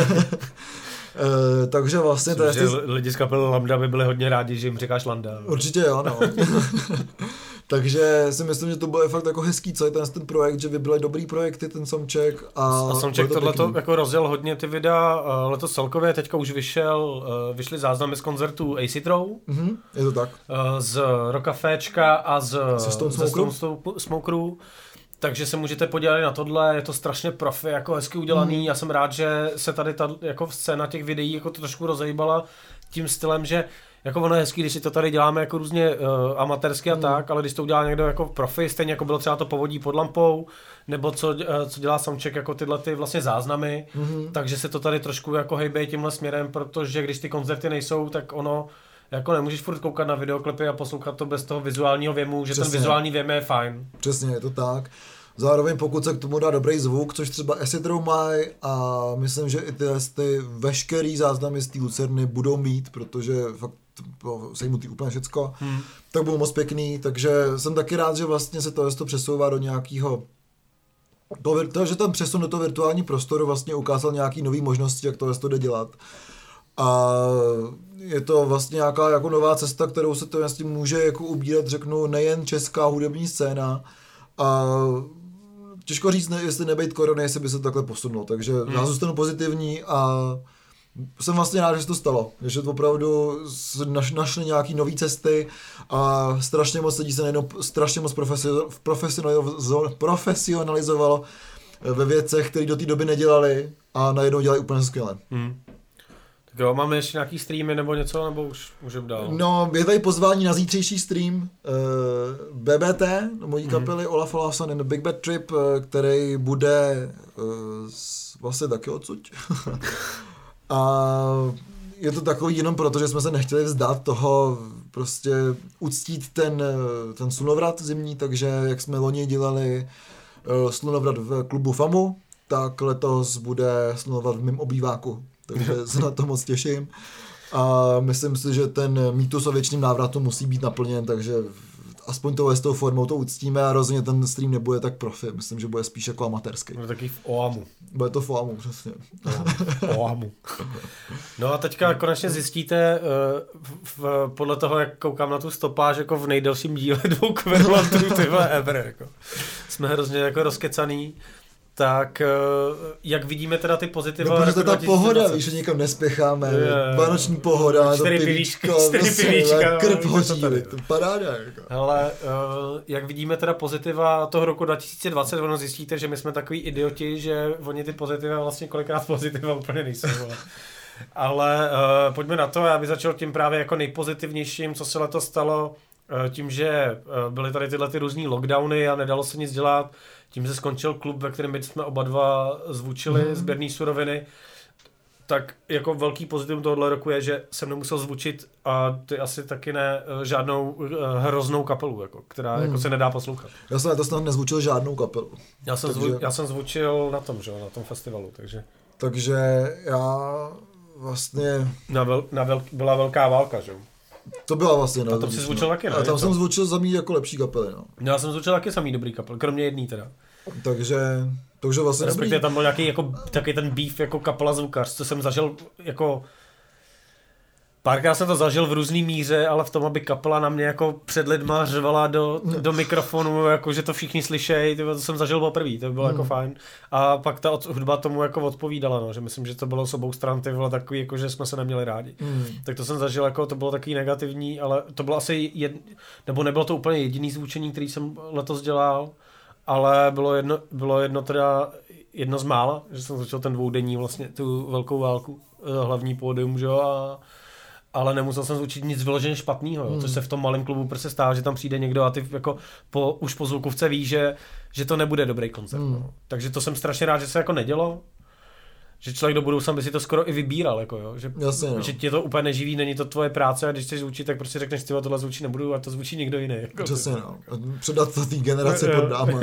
Takže vlastně... Lidi z kapely Lambda by byli hodně rádi, že jim říkáš Landa. Určitě jo, no. Takže si myslím, že to bylo fakt jako hezký celý ten projekt, že vybrali dobrý projekty, ten Soundcheck. A Soundcheck tohleto jako rozjel hodně ty videa, letos celkově, teďka už vyšly záznamy z koncertů Acid Row. Je to tak. Z Rockaféčka a ze Stone Smokeru. Takže se můžete podívat na tohle, je to strašně profi, jako hezky udělaný. Já jsem rád, že se tady ta jako scéna těch videí jako to trošku rozejbala tím stylem, že jako ono je hezký, když si to tady děláme jako různě amatérsky a tak, ale když to udělá někdo jako profi, stejně jako bylo třeba to Povodí pod lampou, nebo co dělá Soundcheck jako tyhle ty vlastně záznamy, takže se to tady trošku jako hejbe tímhle směrem, protože když ty koncerty nejsou, tak ono jako nemůžeš furt koukat na videoklipy a poslouchat to bez toho vizuálního věmu, že přesně. Ten vizuální věm je fajn. Přesně, je to tak. Zároveň pokud se k tomu dá dobrý zvuk, což třeba Acid Room mají a myslím, že i ty veškerý záznamy z té Lucerny budou mít, protože fakt sejmutý úplně všecko, tak budou moc pěkný, takže jsem taky rád, že vlastně se to přesouvá do nějakého že ten přesun do toho virtuální prostoru vlastně ukázal nějaký nový možnosti, jak to jde dělat. A je to vlastně nějaká jako nová cesta, kterou se to vlastně může jako ubírat, řeknu, nejen česká hudební scéna. A těžko říct, jestli nebejt korony, jestli by se to takhle posunulo. Takže já zůstanu pozitivní a jsem vlastně rád, že se to stalo. Že opravdu našli nějaký nový cesty a strašně moc lidí se nejenom strašně moc profesionalizovalo ve věcech, které do té doby nedělali a najednou dělají úplně skvěle. Tak jo, máme ještě nějaký streamy nebo něco, nebo už můžeme dál? No, je tady pozvání na zítřejší stream BBT, mojí kapely Olaf Olafsson and the Big Bad Trip, který bude vlastně taky odsud. A je to takový jenom proto, že jsme se nechtěli vzdát toho, prostě uctít ten slunovrat zimní, takže jak jsme loni dělali slunovrat v klubu FAMU, tak letos bude slunovrat v mém obýváku, takže se na to moc těším. A myslím si, že ten mýtus o věčným návratu musí být naplněn, takže aspoň s tou formou to uctíme a rozhodně ten stream nebude tak profi, myslím, že bude spíš jako amatérský. Bude taky v OAMu. Bude to v OAMu, přesně. OAMu. No a teďka konečně zjistíte, podle toho, jak koukám na tu stopáž, jako v nejdelším díle 2 kverulantů ever, jako. Jsme hrozně jako rozkecaný. Tak jak vidíme teda ty pozitiva... No, protože ta pohoda, víš, že nikam nespěcháme, vánoční pohoda, 4 pivíčka, krp hoří, to paráda. Jako. Hele, jak vidíme teda pozitiva toho roku 2020, ono zjistíte, že my jsme takový idioti, že oni ty pozitiva vlastně kolikrát pozitiva úplně nejsou. Ale pojďme na to, já bych začal tím právě jako nejpozitivnějším, co se letos stalo, tím, že byly tady tyhle ty různý lockdowny a nedalo se nic dělat, tím se skončil klub, ve kterém jsme oba dva zvučili sběrný suroviny, tak jako velký pozitivum tohohle roku je, že jsem nemusel zvučit a ty asi taky ne žádnou hroznou kapelu, jako, která jako se nedá poslouchat. Já jsem letos nezvučil žádnou kapelu. Já jsem zvučil na tom, že na tom festivalu, takže. Takže já vlastně... Byla velká válka, že? To byla vlastně. A tam si zvučil taky, ne? A tam jsem zvučil samý jako lepší kapely, no. Já jsem zvučil taky samý dobrý kapel, kromě jedný teda. Takže vlastně respektive tam byl nějaký jako, taky ten beef jako kapela zvukař, co jsem zažil jako... Párkrát jsem to zažil v různý míře, ale v tom, aby kapela na mě jako před lidma řvala do mikrofonu, jako že to všichni slyšejí, to jsem zažil poprvé, to bylo jako fajn. A pak ta hudba tomu jako odpovídala, no, že myslím, že to bylo s obou stran, ty bylo takový, jako že jsme se neměli rádi. Tak to jsem zažil, jako to bylo takový negativní, ale to bylo asi nebo nebylo to úplně jediný zvučení, který jsem letos dělal, ale bylo jedno z mála, že jsem začal ten dvoudenní vlastně, tu velkou válku, hlavní pódium, že jo, ale nemusel jsem zvučit nic vyloženě špatného, což se v tom malém klubu prostě stává, že tam přijde někdo a ty jako už po zvukovce ví, že to nebude dobrý koncert. No. Takže to jsem strašně rád, že se jako nedělo, že člověk do budoucna by si to skoro i vybíral, jako jo, že, jasně, no. Že tě to úplně neživí, není to tvoje práce a když chceš zvučit, tak prostě řekneš, tyhle tohle zvučit nebudu a to zvučí někdo jiný. Jako přesně, no. Předat to té generaci pod náma.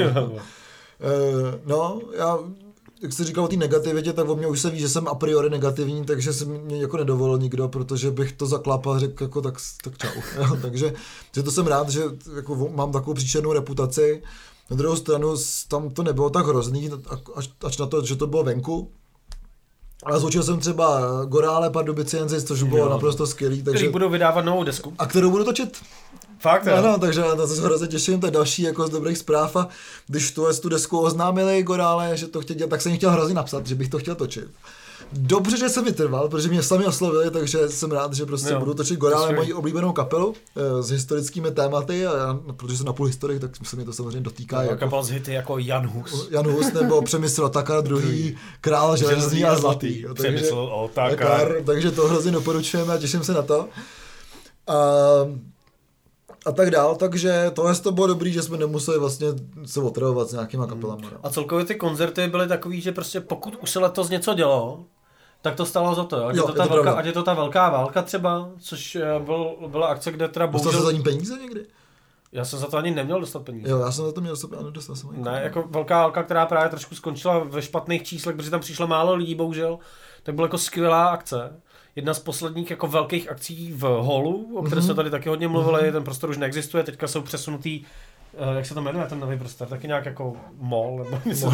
No, já jak jsi říkal o té negativitě, tak o mě už se ví, že jsem a priori negativní, takže se mě jako nedovolil nikdo, protože bych to zaklapal a řekl jako tak čau. Takže že to jsem rád, že jako mám takovou příšernou reputaci. Na druhou stranu tam to nebylo tak hrozný, až na to, že to bylo venku. Ale zvučil jsem třeba Gorále, Pardubiciensis, což bylo naprosto skvělý. Takže... Který budou vydávat novou desku. A kterou budu točit. Fakt, ano, takže na to se hrozně těším, to je další jako z dobrých zpráv a když tu desku oznámili Gorále, že to chtěl dělat, tak jsem jim chtěl hrozně napsat, že bych to chtěl točit. Dobře, že jsem vytrval, protože mě sami oslovili, takže jsem rád, že prostě budu točit Gorále, moji oblíbenou kapelu s historickými tématy a já, protože jsem napůl historik, tak se mě to samozřejmě dotýká. Jako kapel z hity jako Jan Hus. Jan Hus nebo Přemysl Otakar II, Král železný a zlatý. Přemysl Otakar. Takže to hrozně doporučujeme a těším se na to. A tak dál, takže tohle to bylo dobrý, že jsme nemuseli vlastně se otravovat s nějakýma kapelama. A celkově ty koncerty byly takový, že prostě pokud už se letos něco dělo, tak to stalo za to, ať je to ta velká válka třeba, což byla akce, kde teda bohužel... Dostal se za ní peníze někdy? Já jsem za to ani neměl dostat peníze. Jo, já jsem za to měl dostat, ale nedostal jsem ani. Ne, jako velká Alka, která právě trošku skončila ve špatných číslech, protože tam přišlo málo lidí, bohužel, tak byla jako skvělá akce. Jedna z posledních jako velkých akcí v hallu, o které jsme tady taky hodně mluvili, ten prostor už neexistuje, teďka jsou přesunutý, jak se to jmenuje ten nový prostor, taky nějak jako mall, nebo něco.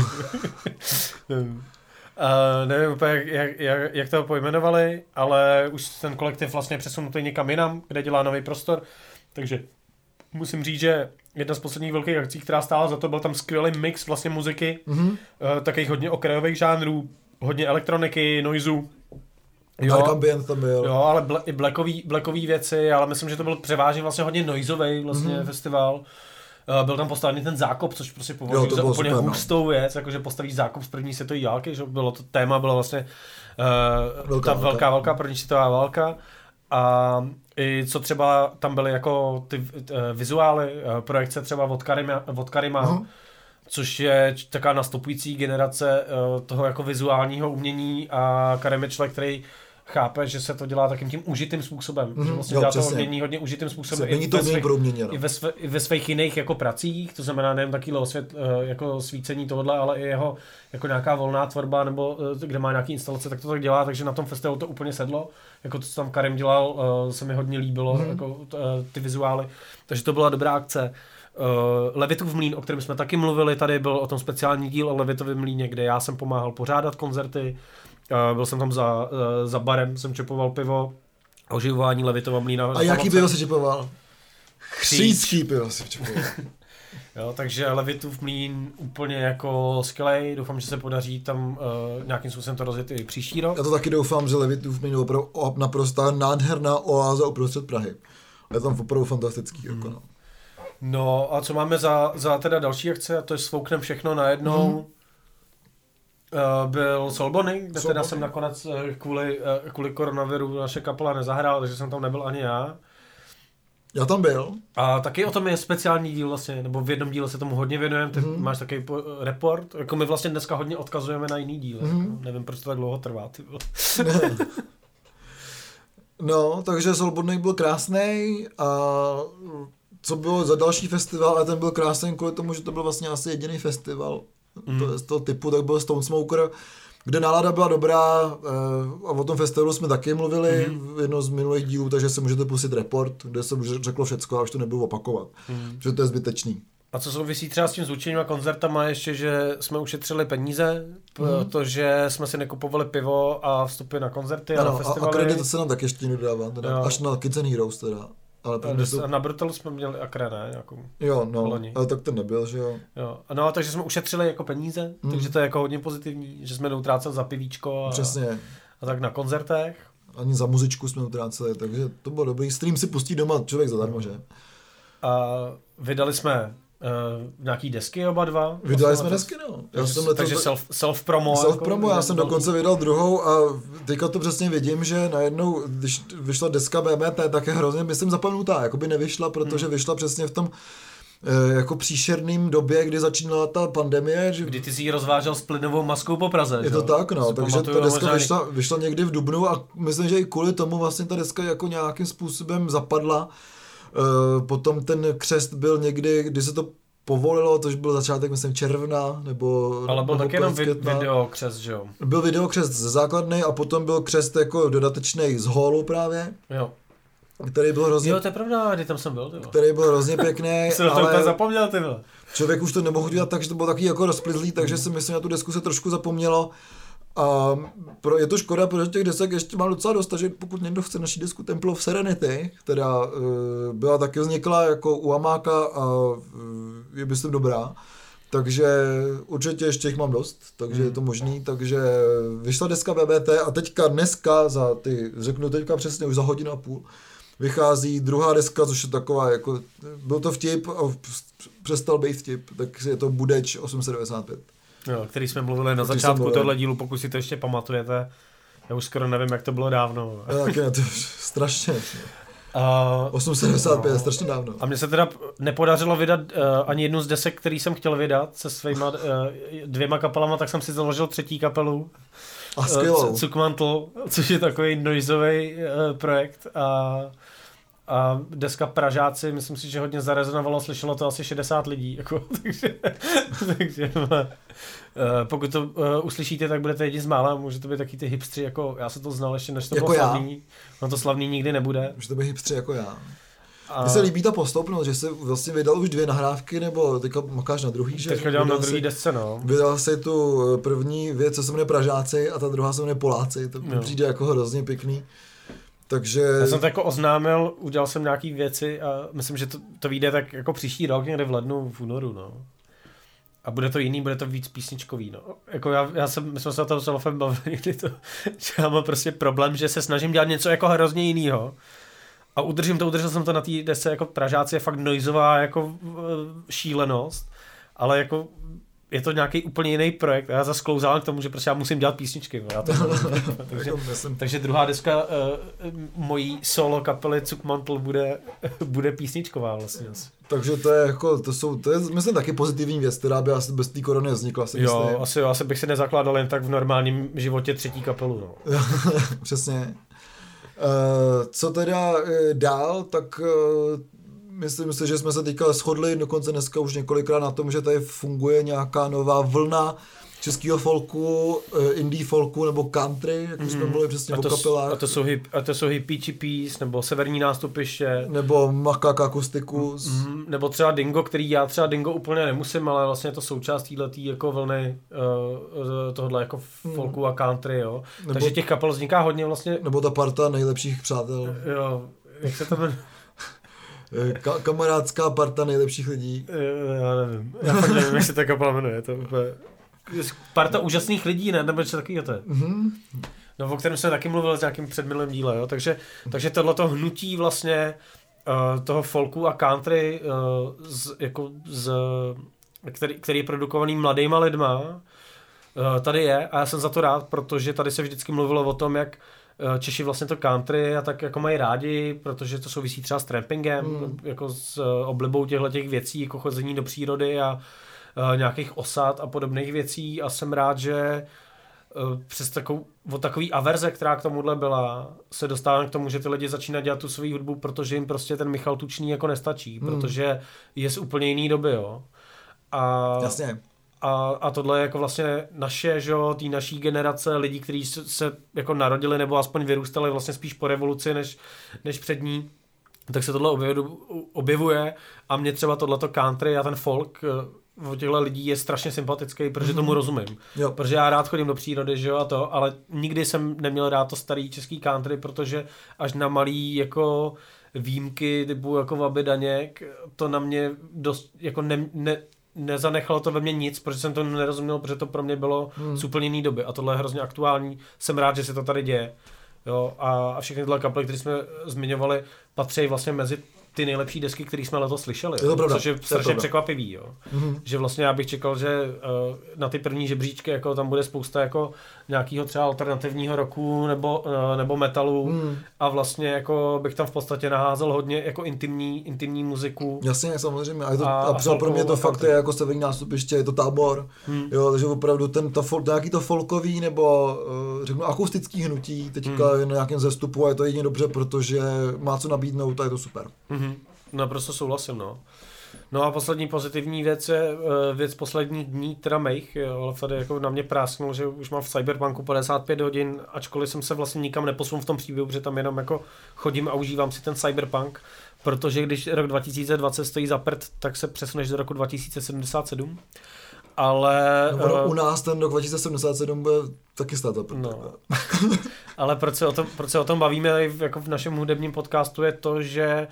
Nevím úplně, jak to pojmenovali, ale už ten kolektiv vlastně přesunutý někam jinam, kde dělá nový prostor, takže musím říct, že jedna z posledních velkých akcí, která stála za to, byl tam skvělý mix vlastně muziky, takových hodně okrajových žánrů, hodně elektroniky, noizu. Dark Ambient tam byl. Jo, ale i blackový věci, ale myslím, že to byl převážně vlastně hodně noizový vlastně festival. Byl tam postavený ten zákop, což prostě považuji za úplně hustou věc, jakože postavíš zákop z první světové války, že bylo to téma, byla vlastně velká první světová válka. A i co třeba tam byly jako ty vizuály, projekce třeba od Karima, což je taková nastupující generace toho jako vizuálního umění a Karim je člověk, který chápe, že se to dělá takým tím užitým způsobem. Že vlastně dělá to umění hodně užitým způsobem. Není to i ve svých jiných jako pracích, to znamená nejen takové jako svícení tohohle, ale i jeho jako nějaká volná tvorba, nebo kde má nějaký instalace, tak to tak dělá, takže na tom festivalu to úplně sedlo. Jako to, co tam Karim dělal, se mi hodně líbilo, jako ty vizuály. Takže to byla dobrá akce. Levitův mlýn, o kterém jsme taky mluvili, tady byl o tom speciální díl o Levitovém mlýně, kde já jsem pomáhal pořádat koncerty. Byl jsem tam za barem, jsem čepoval pivo, oživování Levitova mlýna. A jaký pivo jsi čepoval? Chřícký pivo si čepoval. Jo, takže Levitův mlýn úplně jako skvělej, doufám, že se podaří tam nějakým způsobem to rozjet i příští rok. Já to taky doufám, že Levitův mlýn je opravdu naprosto nádherná oáza uprostřed Prahy. Je tam opravdu fantastický. Jako no. No a co máme za teda další akce, a to je Svouknem všechno najednou. Byl Solbony, kde teda jsem nakonec kvůli koronaviru naše kapela nezahrál, takže jsem tam nebyl ani já. Já tam byl. A taky o tom je speciální díl vlastně, nebo v jednom díle se tomu hodně věnujeme, ty máš takový report, jako my vlastně dneska hodně odkazujeme na jiný díl, jako, nevím, proč to tak dlouho trvá, ty vole. No, takže Solbony byl krásnej a co bylo za další festival, a ten byl krásný kvůli tomu, že to byl vlastně asi jediný festival z toho typu, tak byl Stone Smoker, kde nálada byla dobrá a o tom festivalu jsme taky mluvili v jednom z minulých dílů, takže si můžete pustit report, kde jsem řekl všecko a už to nebudu opakovat, že to je zbytečný. A co souvisí třeba s tím zvučením a koncertama ještě, že jsme ušetřili peníze, protože jsme si nekupovali pivo a vstupy na koncerty a na festivaly. A kredit se nám tak ještě nedává, teda, až na Kids and Heroes teda. Ale a na Brutalu jsme měli akre, ne? Nějakou jo, no, loni. Ale tak to nebyl, že jo. No, takže jsme ušetřili jako peníze, takže to je jako hodně pozitivní, že jsme neutráceli za pivíčko a tak na koncertech. Ani za muzičku jsme utráceli, takže to bylo dobrý. Stream si pustí doma člověk zadarmo, že? A vydali jsme nějaký desky oba dva. Vydali jsme desky, no. Takže self-promo. Self-promo, já jsem dokonce vydal druhou a teďka to přesně vidím, že najednou, když vyšla deska BBT, tak je hrozně, myslím, zapomenutá, jakoby nevyšla, protože vyšla přesně v tom jako příšerným době, kdy začínala ta pandemie. Že... Kdy ty si ji rozvážel s plynovou maskou po Praze. Je to tak, no, takže ta deska vyšla někdy v dubnu a myslím, že i kvůli tomu vlastně ta deska jako nějakým způsobem zapadla. Potom ten křest byl někdy, kdy se to povolilo, tož byl začátek, myslím, června, nebo... Ale byl taky jenom video křest, že jo? Byl video křest ze základny a potom byl křest jako dodatečný z hallu právě. Jo. Který byl hrozně... Jo, to je pravda, kdy tam jsem byl, tyvo. Který byl hrozně pěkný, jsem to úplně zapomněl, tyvo. Člověk už to nemohl dělat tak, že to bylo taky jako rozplizlý, takže si myslím, na tu desku se trošku zapomnělo. A je to škoda, protože těch desek ještě mám docela dost, takže pokud někdo chce naší desku Temple of Serenity, která byla taky vznikla jako u Amáka a je myslím dobrá, takže určitě ještě jich mám dost, takže je to možný, takže vyšla deska BBT a teďka dneska řeknu teďka přesně už za hodinu a půl, vychází druhá deska, což je taková jako, byl to vtip a přestal být vtip, tak je to Budeč 895. Jo, který jsme mluvili na začátku tohle dílu, pokud si to ještě pamatujete. Já už skoro nevím, jak to bylo dávno. Taky to strašně. 895 je strašně dávno. A mně se teda nepodařilo vydat ani jednu z desek, který jsem chtěl vydat se svýma dvěma kapelama, tak jsem si založil třetí kapelu. A skvělou. Cukmantl, což je takový noizový projekt. A deska Pražáci, myslím si, že hodně zarezonovalo, slyšelo to asi 60 lidí, jako, takže pokud to uslyšíte, tak budete jedni z mála, může to být taky ty hipstři, jako já se to znal ještě, než to jako bylo slavný, no to slavný nikdy nebude. Může to být hipstři jako já. Mně se líbí ta postupnost, že se vlastně vydal už 2 nahrávky, nebo teďka makáš na druhý, že? Teďka dělám na druhý desce, no. Vydal si tu první věc, co se jmenuje Pražáci, a ta druhá se jmenuje Poláci, to přijde jako hrozně pěkný. Takže... Já jsem to jako oznámil, udělal jsem nějaký věci a myslím, že to vyjde tak jako příští rok, někde v lednu, v únoru, no. A bude to jiný, bude to víc písničkový, no. Jako my jsme se o tom s Olafem bavili někdy to, že já mám prostě problém, že se snažím dělat něco jako hrozně jinýho. A udržel jsem to na té desce, jako Pražáci je fakt noizová jako šílenost, ale jako je to nějaký úplně jiný projekt a já zase klouzám k tomu, že prostě já musím dělat písničky. No, takže druhá deska mojí solo kapely Cukmantl bude písničková vlastně. Takže to je jako, to je myslím taky pozitivní věc, která by asi bez té korony vznikla. Asi bych si nezakládal jen tak v normálním životě třetí kapelu. No. Přesně. Co teda dál, tak myslím si, že jsme se teďka shodli dokonce dneska už několikrát na tom, že tady funguje nějaká nová vlna českého folku, indie folku nebo country, jak jsme mluvili přesně o kapelách. A to jsou hippie chippies, nebo severní nástupiště. Nebo Makak Akustikus. Nebo třeba Dingo, který já třeba Dingo úplně nemusím, ale vlastně je to součást této jako vlny tohohle jako folku a country, jo. Takže těch kapel vzniká hodně vlastně. Nebo ta parta nejlepších přátel. Jo, jak se to jmenuje? Kamarádská parta nejlepších lidí. Já nevím. Já fakt nevím, jak se ta kapela jmenuje. To úplně... Parta úžasných lidí, ne? Nebo něco takového to je. No, o kterém jsem taky mluvil s nějakým předminulým díle, jo? Takže tohleto hnutí vlastně toho folku a country, který je produkovaný mladýma lidma, tady je a já jsem za to rád, protože tady se vždycky mluvilo o tom, jak Češi vlastně to country a tak jako mají rádi, protože to souvisí třeba s trampingem, jako s oblibou těch věcí, jako chození do přírody a nějakých osad a podobných věcí a jsem rád, že přes takový averze, která k tomuhle byla, se dostávám k tomu, že ty lidi začínají dělat tu svou hudbu, protože jim prostě ten Michal Tučný jako nestačí, protože je z úplně jiný doby, jo. Jasně. A tohle je jako vlastně naše, že jo, tý naší generace lidí, kteří se jako narodili nebo aspoň vyrůstali vlastně spíš po revoluci, než před ní, tak se tohle objevuje a mě třeba tohleto country a ten folk od těchto lidí je strašně sympatický, protože tomu rozumím. Jo. Protože já rád chodím do přírody, že jo, a to, ale nikdy jsem neměl rád to starý český country, protože až na malý jako výjimky typu jako Vaby Daněk, to na mě dost jako nezanechalo to ve mně nic, protože jsem to nerozuměl, protože to pro mě bylo z úplně jiný doby a tohle je hrozně aktuální. Jsem rád, že se to tady děje. Jo, a všechny tyhle kapely, které jsme zmiňovali, patří vlastně mezi ty nejlepší desky, které jsme letos slyšeli, což je strašně překvapivý, jo. Že vlastně já bych čekal, že na ty první žebříčky jako tam bude spousta jako nějakého třeba alternativního rocku nebo metalu a vlastně jako bych tam v podstatě naházel hodně jako intimní muziku. Jasně, samozřejmě. A pro mě to fakt je jako severní nástupiště, je to Tábor. Jo, takže opravdu nějaký to folkový nebo řeknu akustický hnutí teďka je na nějakém zestupu a je to jedině dobře, protože má co nabídnout a je to super. Naprosto souhlasím, no. No a poslední pozitivní věc je věc posledních dní, teda mých, ale tady jako na mě prásknul, že už mám v Cyberpunku 55 hodin, ačkoliv jsem se vlastně nikam neposunul v tom příběhu, protože tam jenom jako chodím a užívám si ten Cyberpunk, protože když rok 2020 stojí za prd, tak se přesuneš do roku 2077. Ale... u nás ten rok 2077 bude taky stát za prd. No. Ale proč se o tom bavíme jako v našem hudebním podcastu je to, že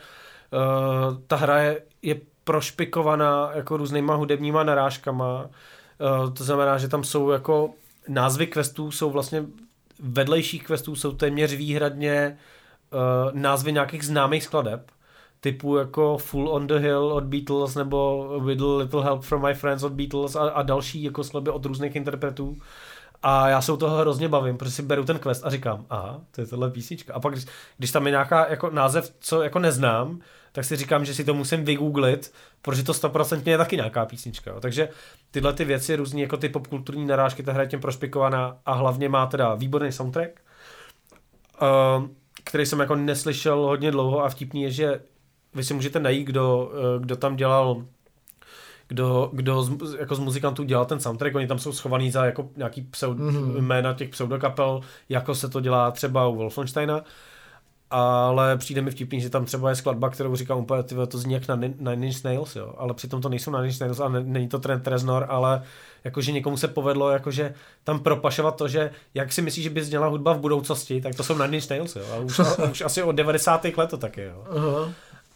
ta hra je prošpikovaná jako různýma hudebníma narážkama. To znamená, že tam jsou jako názvy questů, jsou vlastně vedlejších questů, jsou téměř výhradně názvy nějakých známých skladeb, typu jako Full on the Hill od Beatles nebo With a Little Help from My Friends od Beatles a další jako skladby od různých interpretů. A já se u toho hrozně bavím, protože si beru ten quest a říkám, aha, to je tohle písnička. A pak, když tam je nějaká jako název, co jako neznám, tak si říkám, že si to musím vygooglit, protože to 100% je taky nějaká písnička. Jo. Takže tyhle ty věci, různý jako ty popkulturní narážky, ta hra je tím prošpikovaná a hlavně má teda výborný soundtrack, který jsem jako neslyšel hodně dlouho a vtipný je, že vy si můžete najít, kdo tam dělal, kdo jako z muzikantů dělal ten soundtrack, oni tam jsou schovaný za jako nějaký jména těch pseudokapel, jako se to dělá třeba u Wolfensteina, ale přijde mi vtipný, že tam třeba je skladba, kterou říkám úplně, to zní jak na Nine Inch Nails, jo, ale přitom to nejsou Nine Inch Nails a není to Trent Reznor, ale jakože někomu se povedlo jakože tam propašovat to, že jak si myslíš, že by zněla hudba v budoucnosti, tak to jsou Nine Inch Nails, jo, a už asi od 90. let to tak je, jo. Uh-huh.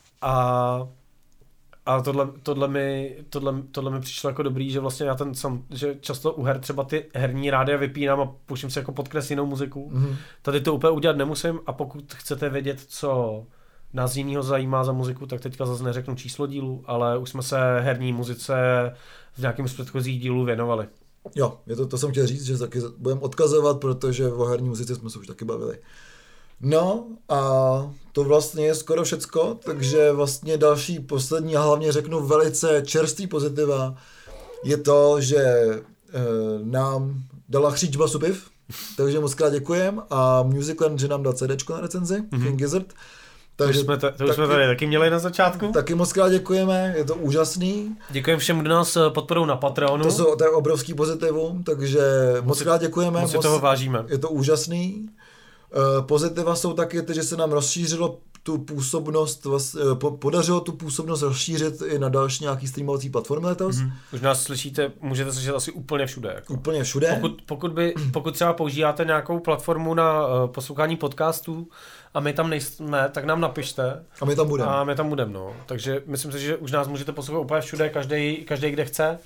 A tohle mi přišlo jako dobrý, že vlastně že často u her třeba ty herní rádia vypínám a pouštím si jako podkres jinou muziku. Mm-hmm. Tady to úplně udělat nemusím a pokud chcete vědět, co nás jinýho zajímá za muziku, tak teďka zase neřeknu číslo dílu, ale už jsme se herní muzice v nějakém z předchozích dílů věnovali. Jo, to jsem chtěl říct, že taky budeme odkazovat, protože o herní muzice jsme se už taky bavili. No a to vlastně je skoro všecko, takže vlastně další, poslední a hlavně řeknu velice čerstvý pozitiva je to, že nám dala Chříč basu piv, takže moc krát děkujem a Musicland, že nám dal CDčko na recenzi, King Gizzard. Takže jsme tady taky měli na začátku. Taky moc krát děkujeme, je to úžasný. Děkujeme všem, kdo nás podporují na Patreonu. To je obrovský pozitivum, takže moc krát děkujeme. Moc si toho vážíme. Je to úžasný. Pozitiva jsou taky, že se nám rozšířilo tu působnost, podařilo tu působnost rozšířit i na další nějaký streamovací platformy letos. Už nás slyšíte, můžete slyšet asi úplně všude. Jako. Úplně všude. Pokud třeba používáte nějakou platformu na poslouchání podcastů a my tam nejsme, tak nám napište. A my tam budeme. No. Takže myslím si, že už nás můžete poslouchat úplně všude, každý kde chce.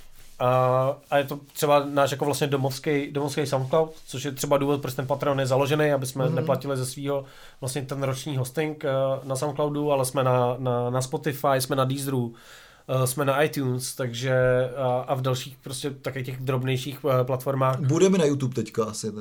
A je to třeba náš jako vlastně domovský SoundCloud, což je třeba důvod, proč ten Patreon je založený, aby jsme neplatili ze svýho vlastně ten roční hosting na SoundCloudu, ale jsme na Spotify, jsme na Deezeru, jsme na iTunes, takže a v dalších prostě taky těch drobnějších platformách. Budeme na YouTube teďka asi.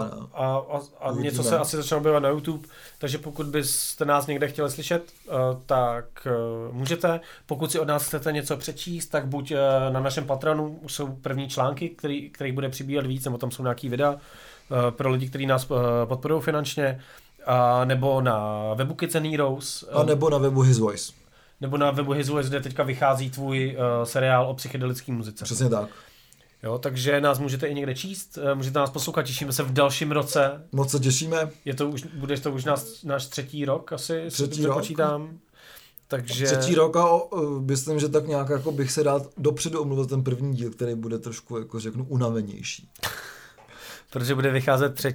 A něco se asi začne objevovat na YouTube, takže pokud byste nás někde chtěli slyšet, tak můžete. Pokud si od nás chcete něco přečíst, tak buď na našem Patreonu jsou první články, kterých bude přibývat víc, nebo tam jsou nějaký videa pro lidi, kteří nás podporují finančně, nebo na webu Kids and Heroes. A nebo na webu His Voice. Nebo na webu His Voice, kde teďka vychází tvůj seriál o psychedelické muzice. Přesně tak. Jo, takže nás můžete i někde číst, můžete nás poslouchat, těšíme se v dalším roce. Moc se těšíme. Bude to už náš třetí rok asi, třetí rok. Počítám. Takže... Třetí rok a myslím, že tak nějak jako bych se rád dopředu omluvil ten první díl, který bude trošku, jako řeknu, unavenější. Protože bude vycházet 3.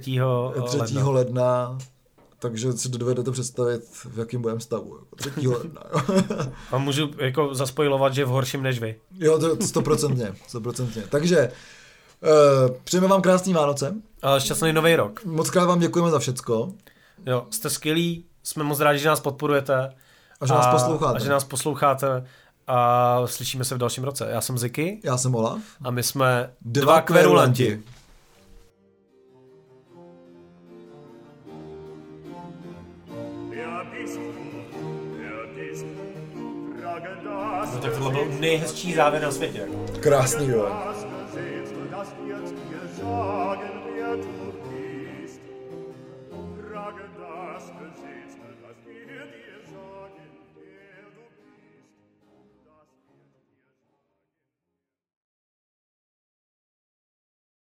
ledna. Takže si dovedete představit, v jakým budeme stavu. 3. ledna. A můžu jako zaspojovat, že v horším než vy. Jo, to 100%. Takže přejeme vám krásný Vánoce. A šťastný nový rok. Moc krát vám děkujeme za všecko. Jo, jste skvělí, jsme moc rádi, že nás podporujete. A že nás posloucháte. A slyšíme se v dalším roce. Já jsem Ziky. Já jsem Olaf. A my jsme dva kverulanti. No tak tohle byl nejhezčí závěr na světě. Krásný, jo.